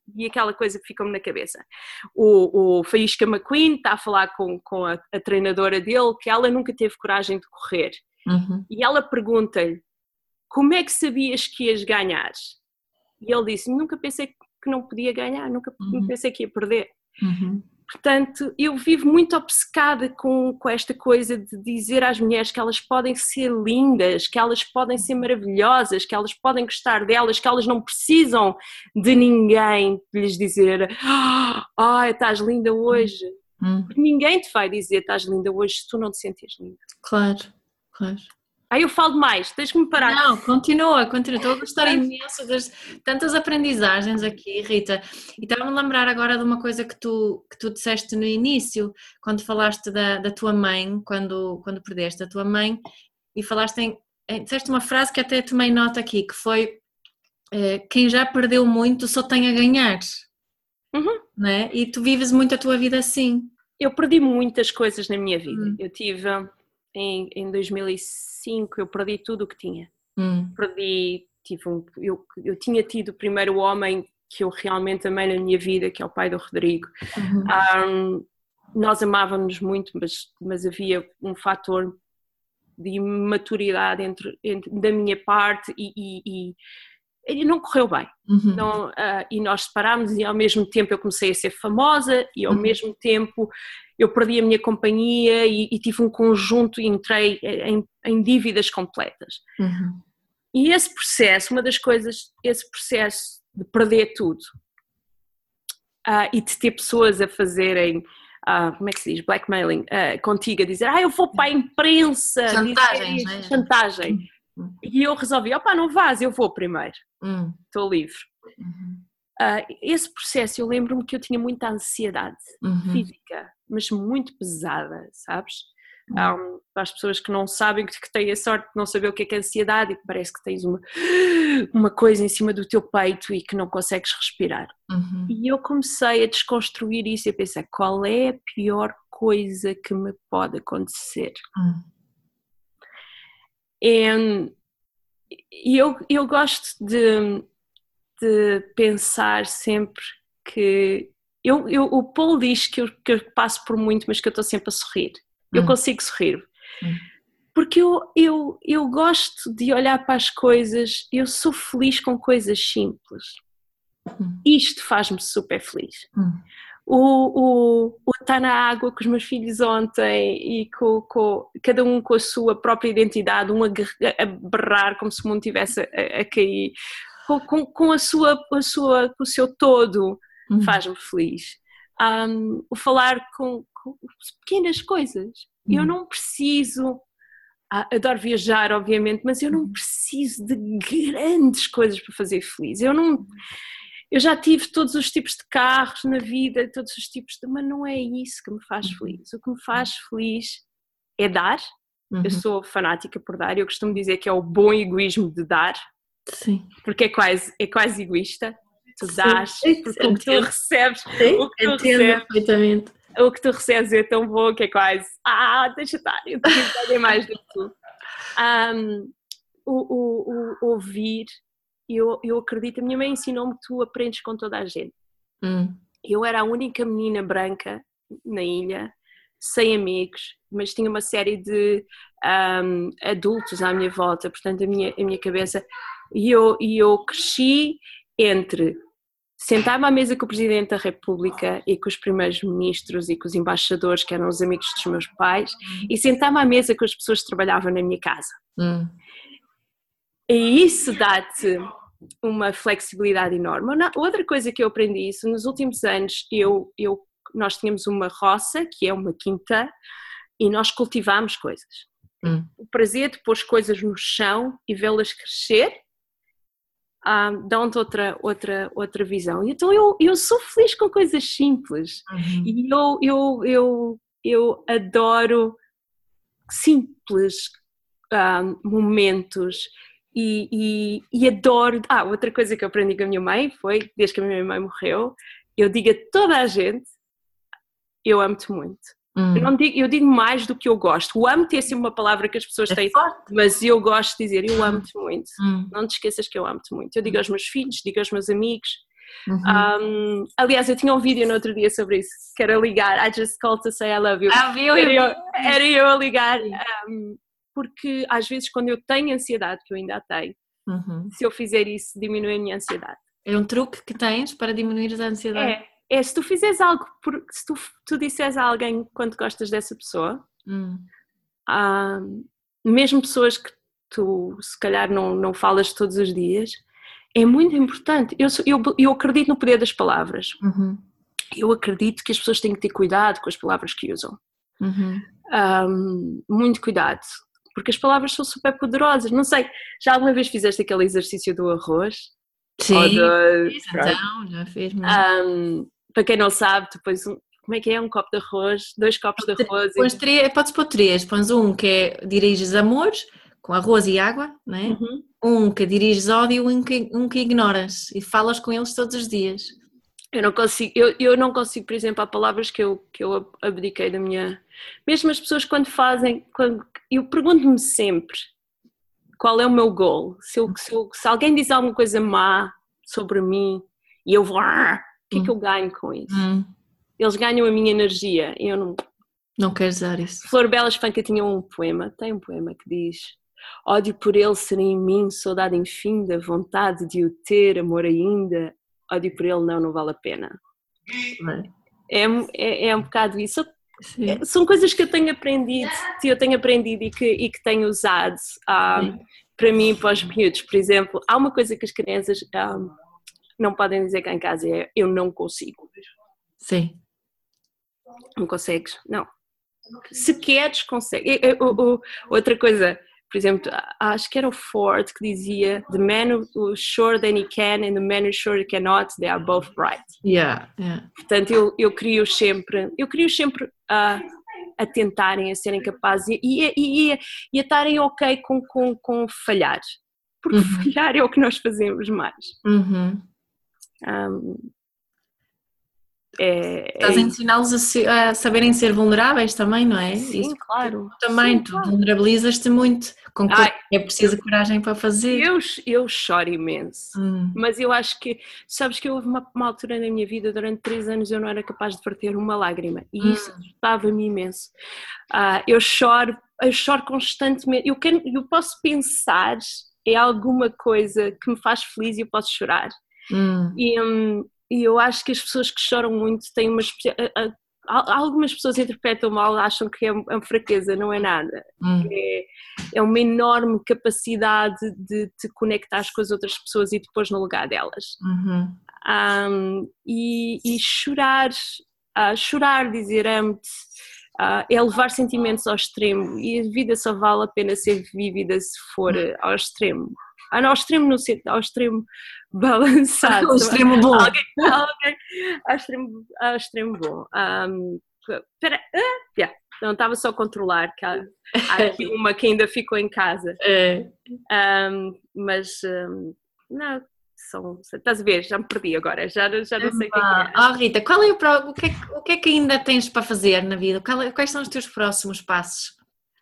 e aquela coisa que ficou-me na cabeça. O, o Faísca McQueen está a falar com, com a, a treinadora dele que ela nunca teve coragem de correr. Uhum. E ela pergunta-lhe, como é que sabias que ias ganhar? E ele disse, nunca pensei que não podia ganhar, nunca Uhum. pensei que ia perder. Uhum. Portanto, eu vivo muito obcecada com, com esta coisa de dizer às mulheres que elas podem ser lindas, que elas podem ser maravilhosas, que elas podem gostar delas, que elas não precisam de ninguém lhes dizer ah, oh, estás linda hoje. Uhum. Porque ninguém te vai dizer estás linda hoje se tu não te sentires linda. Claro, claro. Aí eu falo mais, tens que me parar. Não, continua, continua. Estou a gostar imenso das tantas aprendizagens aqui, Rita. E estava-me a lembrar agora de uma coisa que tu, que tu disseste no início, quando falaste da, da tua mãe, quando, quando perdeste a tua mãe, e falaste em, em. Disseste uma frase que até tomei nota aqui, que foi eh, quem já perdeu muito só tem a ganhar. Uhum. Não é? E tu vives muito a tua vida assim. Eu perdi muitas coisas na minha vida. Hum. Eu tive, em, em dois mil e cinco, eu perdi tudo o que tinha. Hum. Perdi, tive um, eu, eu tinha tido o primeiro homem que eu realmente amei na minha vida, que é o pai do Rodrigo. Uhum. Um, nós amávamos muito, mas, mas havia um fator de imaturidade entre, entre, da minha parte e, e, e ele não correu bem. Uhum. Então, uh, e nós separámos e ao mesmo tempo eu comecei a ser famosa e ao uhum. mesmo tempo eu perdi a minha companhia e, e tive um conjunto e entrei em, em dívidas completas. Uhum. E esse processo, uma das coisas, esse processo de perder tudo uh, e de ter pessoas a fazerem, uh, como é que se diz, blackmailing, uh, contigo, a dizer, ah, eu vou para a imprensa, chantagem, dizer, né? chantagem. Uhum. E eu resolvi, opá, não vás, eu vou primeiro, uhum. estou livre. Uhum. Uh, esse processo, eu lembro-me que eu tinha muita ansiedade uhum. física, mas muito pesada, sabes? Uhum. Um, para as pessoas que não sabem, que têm a sorte de não saber o que é que é ansiedade e que parece que tens uma, uma coisa em cima do teu peito e que não consegues respirar. Uhum. E eu comecei a desconstruir isso e a pensar, qual é a pior coisa que me pode acontecer? Uhum. E eu, eu gosto de... de pensar sempre que eu, eu, o Paul diz que eu, que eu passo por muito, mas que eu estou sempre a sorrir. Eu hum. consigo sorrir. Hum. Porque eu, eu, eu gosto de olhar para as coisas, eu sou feliz com coisas simples. Hum. Isto faz-me super feliz. Hum. O, o, o estar na água com os meus filhos ontem e com, com, cada um com a sua própria identidade, um a, a berrar como se o mundo estivesse a, a cair. Com, com, a sua, a sua, com o seu todo, uhum. faz-me feliz. Um, o falar com, com pequenas coisas. Uhum. Eu não preciso, ah, adoro viajar, obviamente, mas eu não preciso de grandes coisas para fazer feliz. Eu não, eu já tive todos os tipos de carros na vida, todos os tipos de, mas não é isso que me faz feliz. O que me faz feliz é dar. Uhum. Eu sou fanática por dar. Eu costumo dizer que é o bom egoísmo de dar. Sim. Porque é quase, é quase egoísta, tu dás, sim, porque o que tu recebes, sim, o que tu recebes, perfeitamente. o que tu recebes é tão bom que é quase, ah, deixa estar, eu tenho mais do que tu. Um, o, o, o ouvir, eu, eu acredito, a minha mãe ensinou-me que tu aprendes com toda a gente. Hum. Eu era a única menina branca na ilha, sem amigos, mas tinha uma série de um, adultos à minha volta, portanto a minha, a minha cabeça... E eu, e eu cresci entre sentar-me à mesa com o Presidente da República e com os primeiros ministros e com os embaixadores, que eram os amigos dos meus pais, e sentar-me à mesa com as pessoas que trabalhavam na minha casa. Hum. E isso dá-te uma flexibilidade enorme. Outra coisa que eu aprendi isso, nos últimos anos, eu, eu, nós tínhamos uma roça, que é uma quinta, e nós cultivámos coisas. Hum. O prazer de pôr as coisas no chão e vê-las crescer, Um, dão-te outra, outra, outra visão. Então eu, eu sou feliz com coisas simples. Uhum. E eu, eu, eu, eu adoro simples um, momentos e, e, e adoro... Ah, outra coisa que eu aprendi com a minha mãe foi, desde que a minha mãe morreu, eu digo a toda a gente, eu amo-te muito. Hum. Eu, não digo, eu digo mais do que eu gosto. O amo-te é sempre uma palavra que as pessoas é têm, forte. Mas eu gosto de dizer, eu amo-te muito. Hum. Não te esqueças que eu amo-te muito. Eu digo aos meus filhos, digo aos meus amigos, Uhum. Um, aliás, eu tinha um vídeo no outro dia sobre isso, que era ligar, I just called to say I love you. Ah, viu? Era, eu, era eu a ligar, um, porque às vezes quando eu tenho ansiedade, que eu ainda tenho, uhum. se eu fizer isso, diminui a minha ansiedade. É um truque que tens para diminuir a ansiedade? É, é se tu fizeres algo, por, se tu, tu disseres a alguém quanto gostas dessa pessoa, hum. um, mesmo pessoas que tu se calhar não, não falas todos os dias, é muito importante. Eu, eu, eu acredito no poder das palavras. Uhum. Eu acredito que as pessoas têm que ter cuidado com as palavras que usam. Uhum. Um, muito cuidado. Porque as palavras são super poderosas. Não sei, já alguma vez fizeste aquele exercício do arroz? Sim, do... então, já fiz. Um, para quem não sabe, depois um, como é que é? Um copo de arroz, dois copos de arroz. Pões e... três, podes pôr três. Pões um que é diriges amor, com arroz e água, não é? Uhum. Um que diriges ódio e um que, um que ignoras. E falas com eles todos os dias. Eu não consigo, eu, eu não consigo, por exemplo, há palavras que eu, que eu abdiquei da minha... Mesmo as pessoas quando fazem... Quando, eu pergunto-me sempre qual é o meu goal. Se, eu, se, eu, se alguém diz alguma coisa má sobre mim e eu vou... O que é que eu ganho com isso? Hum. Eles ganham a minha energia e eu não... Não queres dar isso. Flor Bela Espanca tinha um poema, tem um poema que diz: ódio por ele ser em mim, saudade infinda, vontade de o ter, amor ainda, ódio por ele não, não vale a pena. É, é, é um bocado isso. Sim. São coisas que eu tenho aprendido, que eu tenho aprendido e que, e que tenho usado um, para mim e para os miúdos. Por exemplo, há uma coisa que as crianças um, não podem dizer cá em casa, é eu não consigo. Sim. Não consegues? Não. Se queres, consegue. Outra coisa, por exemplo, acho que era o Ford que dizia: the man who's sure that he can and the man who's sure he cannot, they are both right. Yeah, yeah. Portanto, eu, eu crio sempre, eu crio sempre a, a tentarem, a serem capazes e, e, e, e a estarem ok com, com, com falhar. Porque uhum. falhar é o que nós fazemos mais. Uhum. Um, É, Estás é... a ensiná-los a, se, a saberem ser vulneráveis também, não é? Sim, isso, claro. Também, sim, tu claro. vulnerabilizas-te muito, com coisas que é preciso eu, coragem para fazer. Eu, eu choro imenso, hum. mas eu acho que, sabes que houve uma, uma altura na minha vida, durante três anos eu não era capaz de verter uma lágrima e hum. isso assustava-me imenso. Uh, eu choro, eu choro constantemente, eu, quero, eu posso pensar em alguma coisa que me faz feliz e eu posso chorar. Hum. E... Um, E eu acho que as pessoas que choram muito têm uma... Algumas pessoas interpretam mal, acham que é uma fraqueza, não é nada. Hum. É, é uma enorme capacidade de te conectar com as outras pessoas e te pôr no lugar delas. Uhum. Um, e, e chorar, uh, chorar, dizer amo-te, uh, é levar sentimentos ao extremo. E a vida só vale a pena ser vivida se for hum. ao extremo. Ah, não, ao extremo no centro, ao extremo balançado. Ao extremo bom. Alguém, alguém, ao, extremo, ao extremo bom. Um, espera, ah, yeah. Não, estava só a controlar, que há, há aqui uma que ainda ficou em casa. É. Um, mas, um, não, são, estás a ver, já me perdi agora, já, já não sei o que é. Oh, Rita, qual é o, o, que é, o que é que ainda tens para fazer na vida? Quais são os teus próximos passos?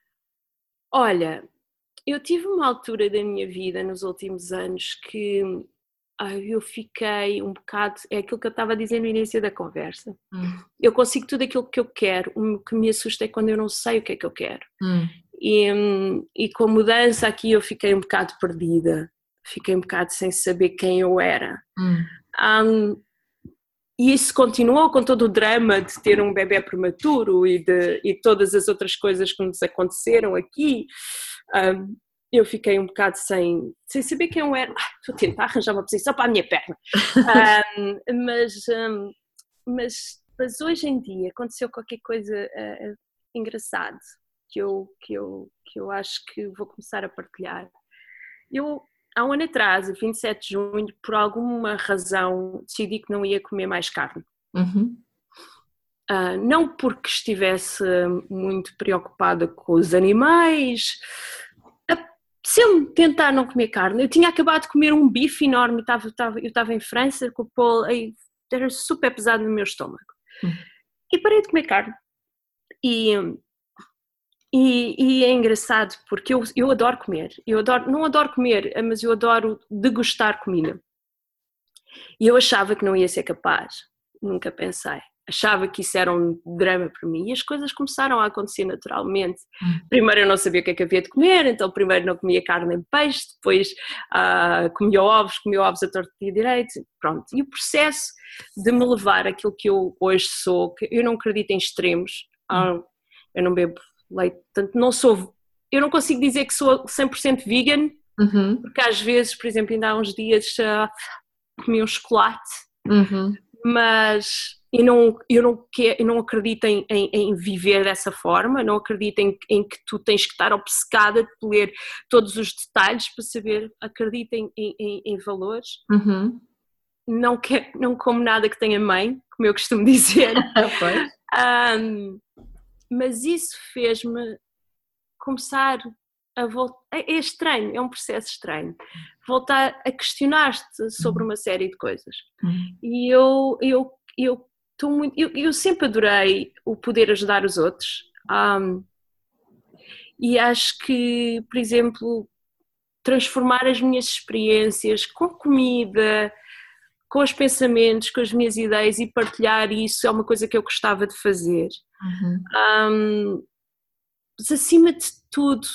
Olha... Eu tive uma altura da minha vida nos últimos anos que ah, eu fiquei um bocado, é aquilo que eu estava a dizer no início da conversa. Hum. Eu consigo tudo aquilo que eu quero, o que me assusta é quando eu não sei o que é que eu quero. Hum. E, e com a mudança aqui eu fiquei um bocado perdida, fiquei um bocado sem saber quem eu era. Hum. Um, e isso continuou com todo o drama de ter um bebê prematuro e, de, e todas as outras coisas que nos aconteceram aqui. Um, eu fiquei um bocado sem, sem saber quem eu era. Ah, estou a tentar arranjar uma posição para a minha perna. Um, mas, um, mas, mas hoje em dia aconteceu qualquer coisa uh, engraçado que eu, que, eu, que eu acho que vou começar a partilhar. Eu, há um ano atrás, a vinte e sete de junho, por alguma razão, decidi que não ia comer mais carne. Uhum. Uh, não porque estivesse muito preocupada com os animais, se eu tentar não comer carne, eu tinha acabado de comer um bife enorme, estava, estava, eu estava em França, com o Paul, era super pesado no meu estômago, hum. e parei de comer carne, e, e, e é engraçado porque eu, eu adoro comer, eu adoro, não adoro comer, mas eu adoro degustar comida. E eu achava que não ia ser capaz, nunca pensei. Achava que isso era um drama para mim e as coisas começaram a acontecer naturalmente. Primeiro eu não sabia o que é que havia de comer, então primeiro não comia carne nem peixe, depois uh, comia ovos, comia ovos a torto e direito, pronto. E o processo de me levar àquilo que eu hoje sou, que eu não acredito em extremos, uh, eu não bebo leite, portanto não sou, eu não consigo dizer que sou cem por cento vegan, Uhum. porque às vezes, por exemplo, ainda há uns dias uh, comi um chocolate, Uhum. mas eu não, eu não, quero, eu não acredito em, em, em viver dessa forma, não acredito em, em que tu tens que estar obcecada de ler todos os detalhes para saber, acredito em, em, em valores. Uhum. Não, quero, não como nada que tenha mãe, como eu costumo dizer. um, mas isso fez-me começar a voltar, é estranho, é um processo estranho, voltar a questionar-te sobre uma série de coisas. Uhum. E eu, eu, eu, tô muito, eu, eu sempre adorei o poder ajudar os outros. Um, e acho que, por exemplo, transformar as minhas experiências com comida, com os pensamentos, com as minhas ideias e partilhar isso é uma coisa que eu gostava de fazer. Uhum. Um, mas acima de tudo,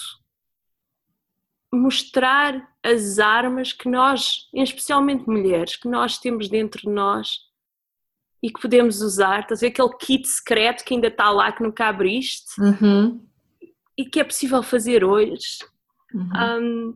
mostrar as armas que nós, especialmente mulheres, que nós temos dentro de nós e que podemos usar. Estás a ver aquele kit secreto que ainda está lá, que nunca abriste, Uhum. e que é possível fazer hoje. Uhum. Um,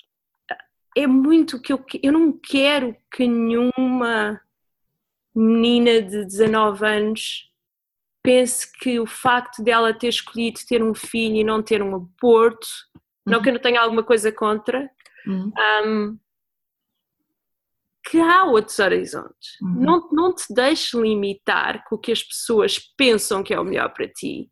é muito que eu, eu não quero que nenhuma menina de dezanove anos pense que o facto dela ter escolhido ter um filho e não ter um aborto, uhum. não que eu não tenha alguma coisa contra, uhum. um, que há outros horizontes. Uhum. Não, não te deixes limitar com o que as pessoas pensam que é o melhor para ti.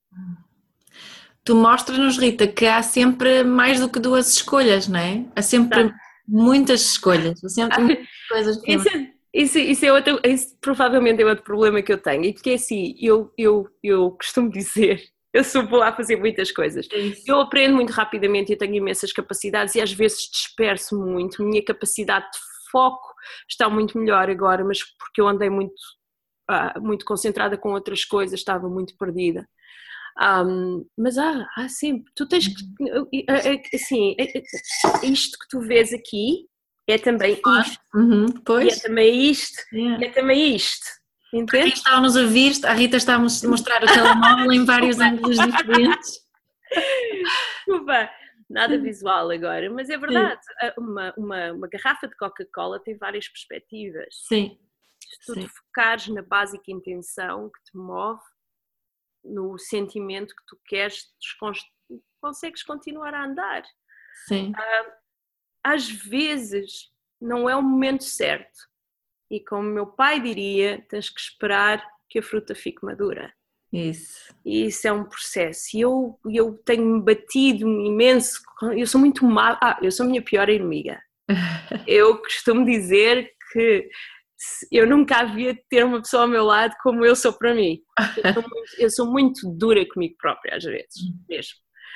Tu mostras-nos, Rita, que há sempre mais do que duas escolhas, não é? Há sempre tá. muitas escolhas, há sempre muitas coisas que isso, isso, isso, é outro, isso provavelmente é outro problema que eu tenho, e porque é assim, eu, eu, eu costumo dizer, eu sou boa a fazer muitas coisas, isso. Eu aprendo muito rapidamente e tenho imensas capacidades e às vezes disperso muito, minha capacidade de foco está muito melhor agora, mas porque eu andei muito, uh, muito concentrada com outras coisas, estava muito perdida. Um, mas há, há sempre, tu tens que, assim, isto que tu vês aqui é também isto, uhum, e é também isto, yeah. e é também isto, entende? Para quem está-nos a vir, a Rita está a mostrar o telemóvel em vários ângulos diferentes. Desculpa, nada visual agora, mas é verdade, uma, uma, uma garrafa de Coca-Cola tem várias perspectivas. Sim. Se tu Sim. te focares na básica intenção que te move, no sentimento que tu queres, consegues continuar a andar. Sim. Às vezes não é o momento certo e, como meu pai diria, tens que esperar que a fruta fique madura. Isso. E isso é um processo. E eu, eu tenho-me batido imenso, eu sou muito má, ah, eu sou a minha pior inimiga. Eu costumo dizer que eu nunca havia ter uma pessoa ao meu lado como eu sou para mim. Eu sou muito, eu sou muito dura comigo própria, às vezes, mesmo.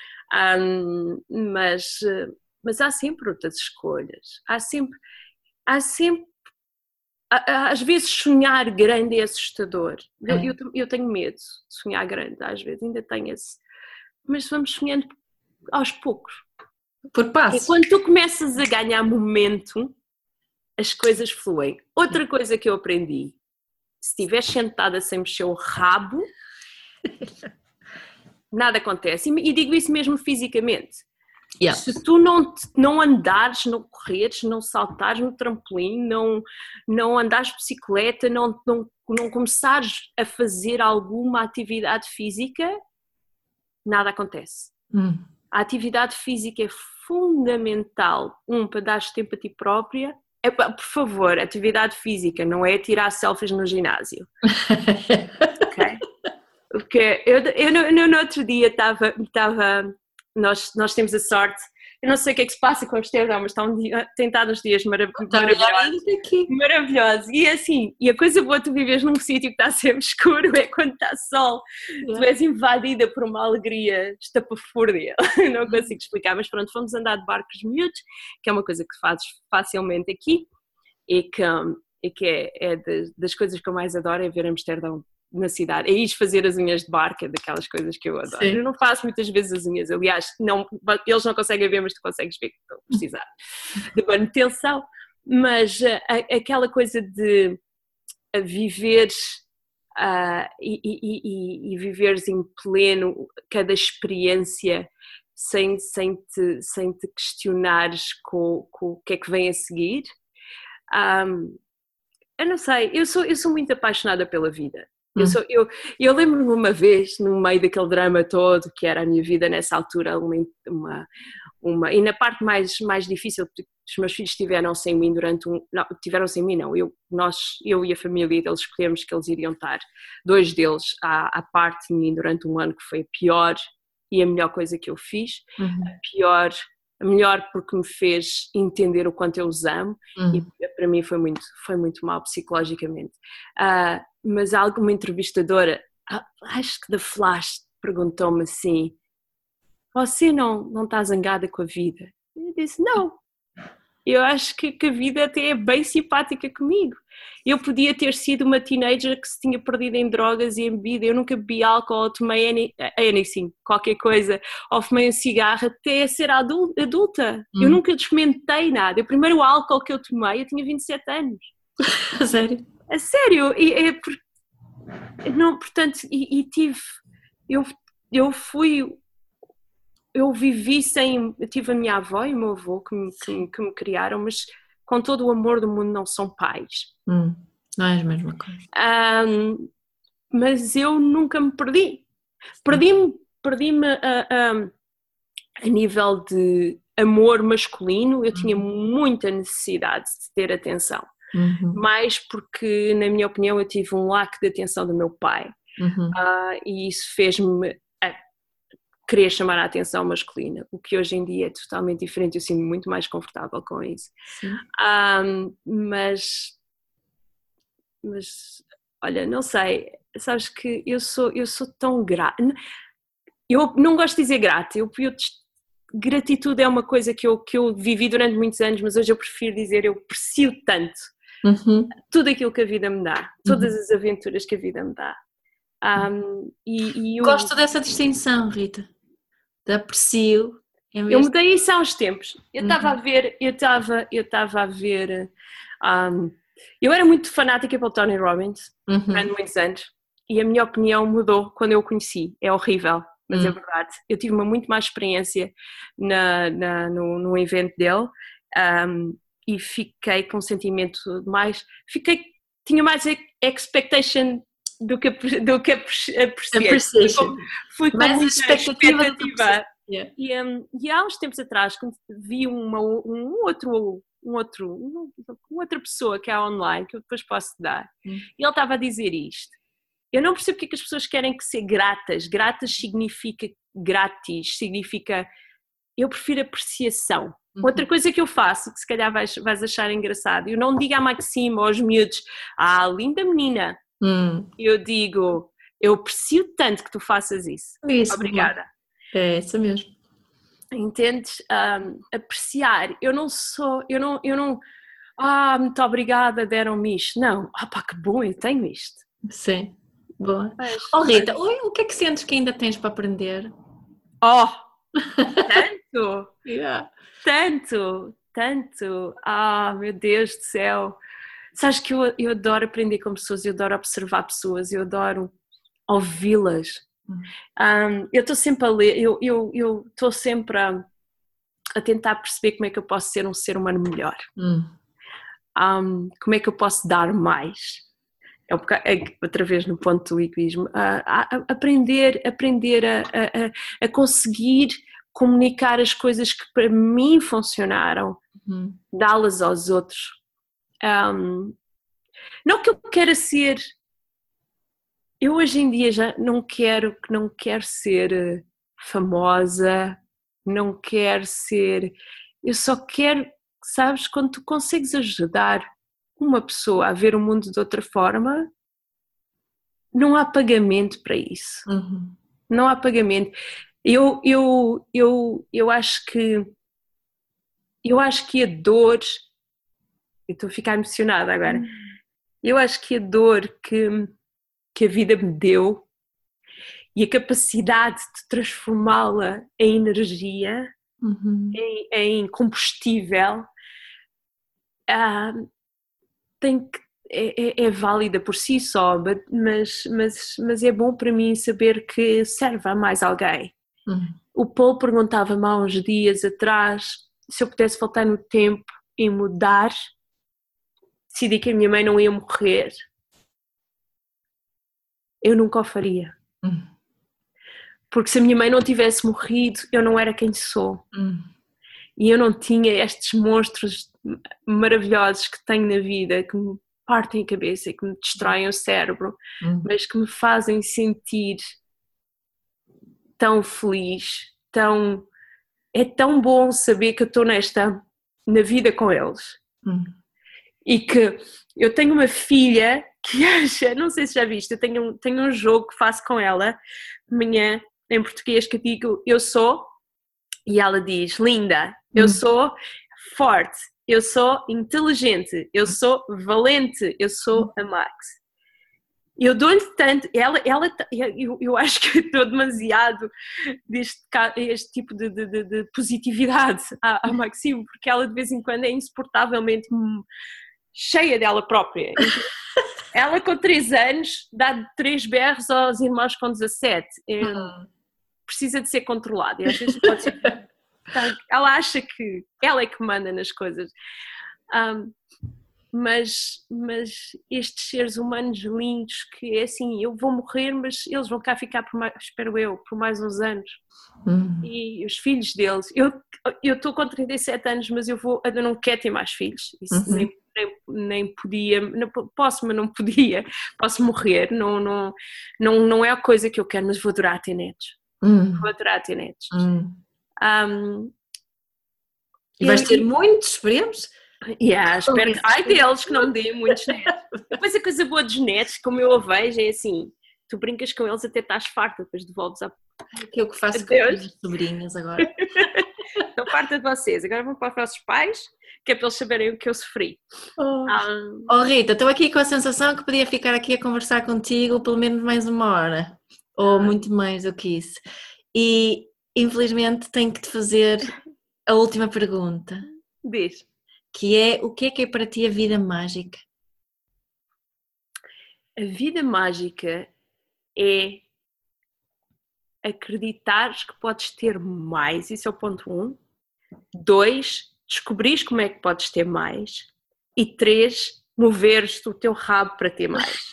Um, mas, mas há sempre outras escolhas. Há sempre... Há sempre às vezes sonhar grande é assustador. Eu, eu, eu tenho medo de sonhar grande, às vezes, ainda tenho esse... Mas vamos sonhando aos poucos. Por passos. E quando tu começas a ganhar momento, as coisas fluem. Outra coisa que eu aprendi, se estiveres sentada sem mexer o rabo, nada acontece. E digo isso mesmo fisicamente. Yeah. Se tu não, não andares, não correres, não saltares no trampolim, não, não andares de bicicleta, não, não, não começares a fazer alguma atividade física, nada acontece. Hum. A atividade física é fundamental, um, para dar tempo a ti própria. É, por favor, atividade física não é tirar selfies no ginásio. Ok? Porque eu, eu, no, no outro dia estava, estava nós, nós temos a sorte, eu não sei o que é que se passa com Amsterdão, mas está um dia, tem estado uns dias marav- maravilhosos, maravilhosos, e assim, e a coisa boa de tu viveres num sítio que está sempre escuro é quando está sol, yeah. Tu és invadida por uma alegria estapafúrdia, não consigo explicar, mas pronto, fomos andar de barcos miúdos, que é uma coisa que fazes facilmente aqui, e que, e que é, é das, das coisas que eu mais adoro, é ver Amsterdão na cidade, é ir fazer as unhas de barco, é daquelas coisas que eu adoro. Sim. Eu não faço muitas vezes as unhas, aliás, não, eles não conseguem ver, mas tu consegues ver que estou a precisar de manutenção, mas a, aquela coisa de viveres uh, e, e, e, e viveres em pleno cada experiência sem, sem, te, sem te questionares com, com o que é que vem a seguir. Um, eu não sei, eu sou, eu sou muito apaixonada pela vida. Eu, sou, eu, eu lembro-me uma vez, no meio daquele drama todo, que era a minha vida nessa altura, uma, uma, uma e na parte mais, mais difícil, os meus filhos estiveram sem mim durante um, não, tiveram sem mim não, eu, nós, eu e a família deles escolhemos que eles iriam estar, dois deles à, à parte de mim durante um ano, que foi a pior e a melhor coisa que eu fiz, uhum. a pior, a melhor porque me fez entender o quanto eu os amo, uhum. e para mim foi muito, foi muito mal psicologicamente. Uh, mas alguma entrevistadora, acho que da Flash, perguntou-me assim, você não, não está zangada com a vida? Eu disse, não, eu acho que, que a vida até é bem simpática comigo. Eu podia ter sido uma teenager que se tinha perdido em drogas e em bebida, eu nunca bebi álcool, ou tomei anything, qualquer coisa, ou fumei um cigarro até ser adulta. Hum. Eu nunca experimentei nada. O primeiro álcool que eu tomei, eu tinha vinte e sete anos. A sério? A sério, e, é por, não, portanto, e, e tive, eu, eu fui, eu vivi sem, eu tive a minha avó e o meu avô que me, que, que me criaram, mas com todo o amor do mundo não são pais. Hum, não é a mesma coisa. Um, mas eu nunca me perdi, perdi-me, perdi-me a, a, a nível de amor masculino, eu tinha muita necessidade de ter atenção. Uhum. Mais porque, na minha opinião, eu tive um lack de atenção do meu pai, uhum. uh, e isso fez-me uh, querer chamar a atenção masculina, o que hoje em dia é totalmente diferente, eu sinto-me muito mais confortável com isso. Um, mas, mas, olha, não sei, sabes que eu sou, eu sou tão grata, eu não gosto de dizer grata, eu, eu, gratitude é uma coisa que eu, que eu vivi durante muitos anos, mas hoje eu prefiro dizer eu aprecio tanto uhum. tudo aquilo que a vida me dá, todas uhum. as aventuras que a vida me dá. Um, e, e eu... Gosto dessa distinção, Rita, de aprecio. Eu mudei isso há uns tempos, eu estava uhum. a ver, eu estava eu estava a ver, um, eu era muito fanática pelo Tony Robbins uhum. durante muitos anos, e a minha opinião mudou quando eu o conheci, é horrível. Mas hum. é verdade, eu tive uma muito mais experiência na, na, no, no evento dele, um, e fiquei com um sentimento de mais, fiquei, tinha mais expectation do que, do que apreciação. Fui com, fui com mais muita expectativa. expectativa. Yeah. E, um, e há uns tempos atrás, quando vi uma, um outro, um outro, uma outra pessoa que há online, que eu depois posso dar, hum. e ele estava a dizer isto. Eu não percebo porque é que as pessoas querem que ser gratas. Gratas significa grátis, significa... Eu prefiro apreciação. Uhum. Outra coisa que eu faço, que se calhar vais, vais achar engraçado, eu não digo à Maxime ou aos miúdos, ah, linda menina. Uhum. Eu digo, eu aprecio tanto que tu faças isso. Isso. Obrigada. É isso mesmo. Entendes? Um, apreciar. Eu não sou... Eu não, eu não... Ah, muito obrigada, deram-me isto. Não. Ah pá, que bom, eu tenho isto. Sim. Boa. Oh Rita, o que é que sentes que ainda tens para aprender? Oh, tanto, yeah. tanto, tanto, ah, meu Deus do céu. Sabes que eu, eu adoro aprender com pessoas, eu adoro observar pessoas, eu adoro ouvi-las. Hum. Um, eu estou sempre a ler, eu eu eu estou sempre a, a tentar perceber como é que eu posso ser um ser humano melhor. Hum. Um, como é que eu posso dar mais? É outra vez no ponto do egoísmo, a, a, a aprender, aprender a, a, a conseguir comunicar as coisas que para mim funcionaram, uhum. dá-las aos outros. Um, não que eu queira ser, eu hoje em dia já não quero, não quero ser famosa, não quero ser, eu só quero, sabes, quando tu consegues ajudar uma pessoa a ver o mundo de outra forma, não há pagamento para isso. Uhum. Não há pagamento. Eu, eu, eu, eu acho que eu acho que a dor, eu estou a ficar emocionada agora, uhum. eu acho que a dor que, que a vida me deu e a capacidade de transformá-la em energia, uhum. em, em combustível, uh, tem que, é, é válida por si só, mas, mas, mas é bom para mim saber que serve a mais alguém. Uhum. O Paul perguntava-me há uns dias atrás se eu pudesse voltar no tempo e mudar, decidi que a minha mãe não ia morrer. Eu nunca o faria. Uhum. Porque se a minha mãe não tivesse morrido, eu não era quem sou. Hum. E eu não tinha estes monstros maravilhosos que tenho na vida, que me partem a cabeça e que me destroem o cérebro, hum. mas que me fazem sentir tão feliz, tão... É tão bom saber que eu estou nesta, na vida com eles. Hum. E que eu tenho uma filha que acha, não sei se já viste, eu tenho, tenho um jogo que faço com ela, amanhã, em português, que eu digo, eu sou, e ela diz, linda, eu hum. sou forte, eu sou inteligente, eu sou valente, eu sou a Max. Eu dou-lhe tanto, ela, ela, eu, eu acho que estou demasiado deste este tipo de, de, de positividade à, à Maxime, porque ela de vez em quando é insuportavelmente cheia dela própria. Ela com três anos dá três berros aos irmãos com dezassete. É, uhum. Precisa de ser controlada. E às vezes pode ser... Ela acha que ela é que manda nas coisas. Um, mas, mas estes seres humanos lindos que é assim, eu vou morrer, mas eles vão cá ficar, por mais, espero eu, por mais uns anos. Uhum. E os filhos deles. Eu estou com trinta e sete anos, mas eu, vou, eu não quero ter mais filhos. Isso uhum. nem Nem, nem podia, não, posso, mas não podia, posso morrer, não, não, não, não é a coisa que eu quero, mas vou adorar ter netos, hum. vou adorar ter netos. Hum. Um, e vais ter muitos, esperemos? Yeah, espero que, ai deles que não me deem muitos netos. Depois a coisa boa dos netos, como eu a vejo, é assim, tu brincas com eles até estás farta, depois devolves a... Que é o que faço com as minhas sobrinhas agora. Estou farta de vocês, agora vão para os vossos pais, que é para eles saberem o que eu sofri. Oh, um... oh Rita, estou aqui com a sensação que podia ficar aqui a conversar contigo pelo menos mais uma hora, ou ah. muito mais do que isso. E infelizmente tenho que te fazer a última pergunta. Diz. Que é, o que é que é para ti a vida mágica? A vida mágica é acreditares que podes ter mais, isso é o ponto um. Dois, descobrires como é que podes ter mais. E três, moveres o teu rabo para ter mais.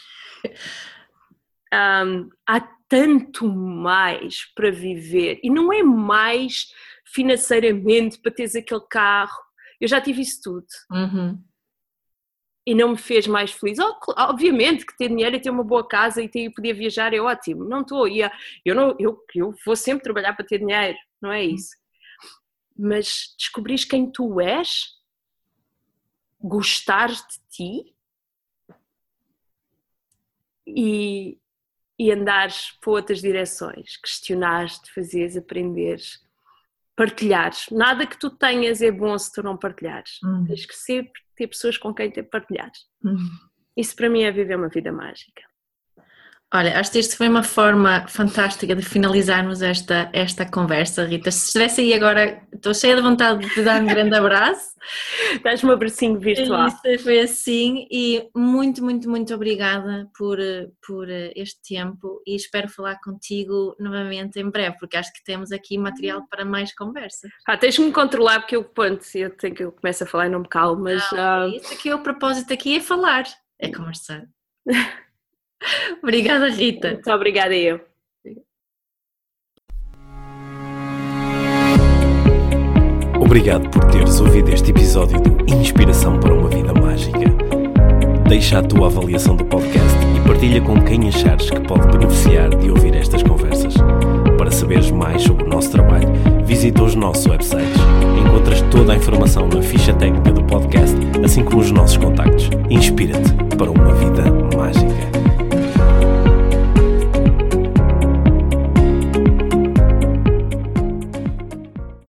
um, há tanto mais para viver. E não é mais financeiramente para teres aquele carro. Eu já tive isso tudo. Uhum. E não me fez mais feliz. Obviamente que ter dinheiro e ter uma boa casa e ter, poder viajar é ótimo. Não estou. Eu, não, eu, eu vou sempre trabalhar para ter dinheiro. Não é isso. Mas descobrires quem tu és, gostares de ti e, e andares para outras direções, questionares, fazeres, aprenderes, partilhares. Nada que tu tenhas é bom se tu não partilhares. Hum. Tens que sempre ter pessoas com quem te partilhares. Hum. Isso para mim é viver uma vida mágica. Olha, acho que isto foi uma forma fantástica de finalizarmos esta, esta conversa, Rita. Se estivesse aí agora, estou cheia de vontade de te dar um grande abraço. Dás-me um abracinho virtual. Isso foi assim e muito, muito, muito obrigada por, por este tempo e espero falar contigo novamente em breve, porque acho que temos aqui material para mais conversa. Ah, tens de me controlar porque eu, ponto, eu, tenho, eu começo a falar e não me calo, mas... Não, uh... Isso aqui é o propósito aqui, é falar, é conversar. Obrigada, Rita. Muito obrigada eu. Obrigado por teres ouvido este episódio de Inspiração para uma Vida Mágica. Deixa a tua avaliação do podcast e partilha com quem achares que pode beneficiar de ouvir estas conversas. Para saberes mais sobre o nosso trabalho, visita os nossos websites. Encontras toda a informação na ficha técnica do podcast, assim como os nossos contactos. Inspira-te.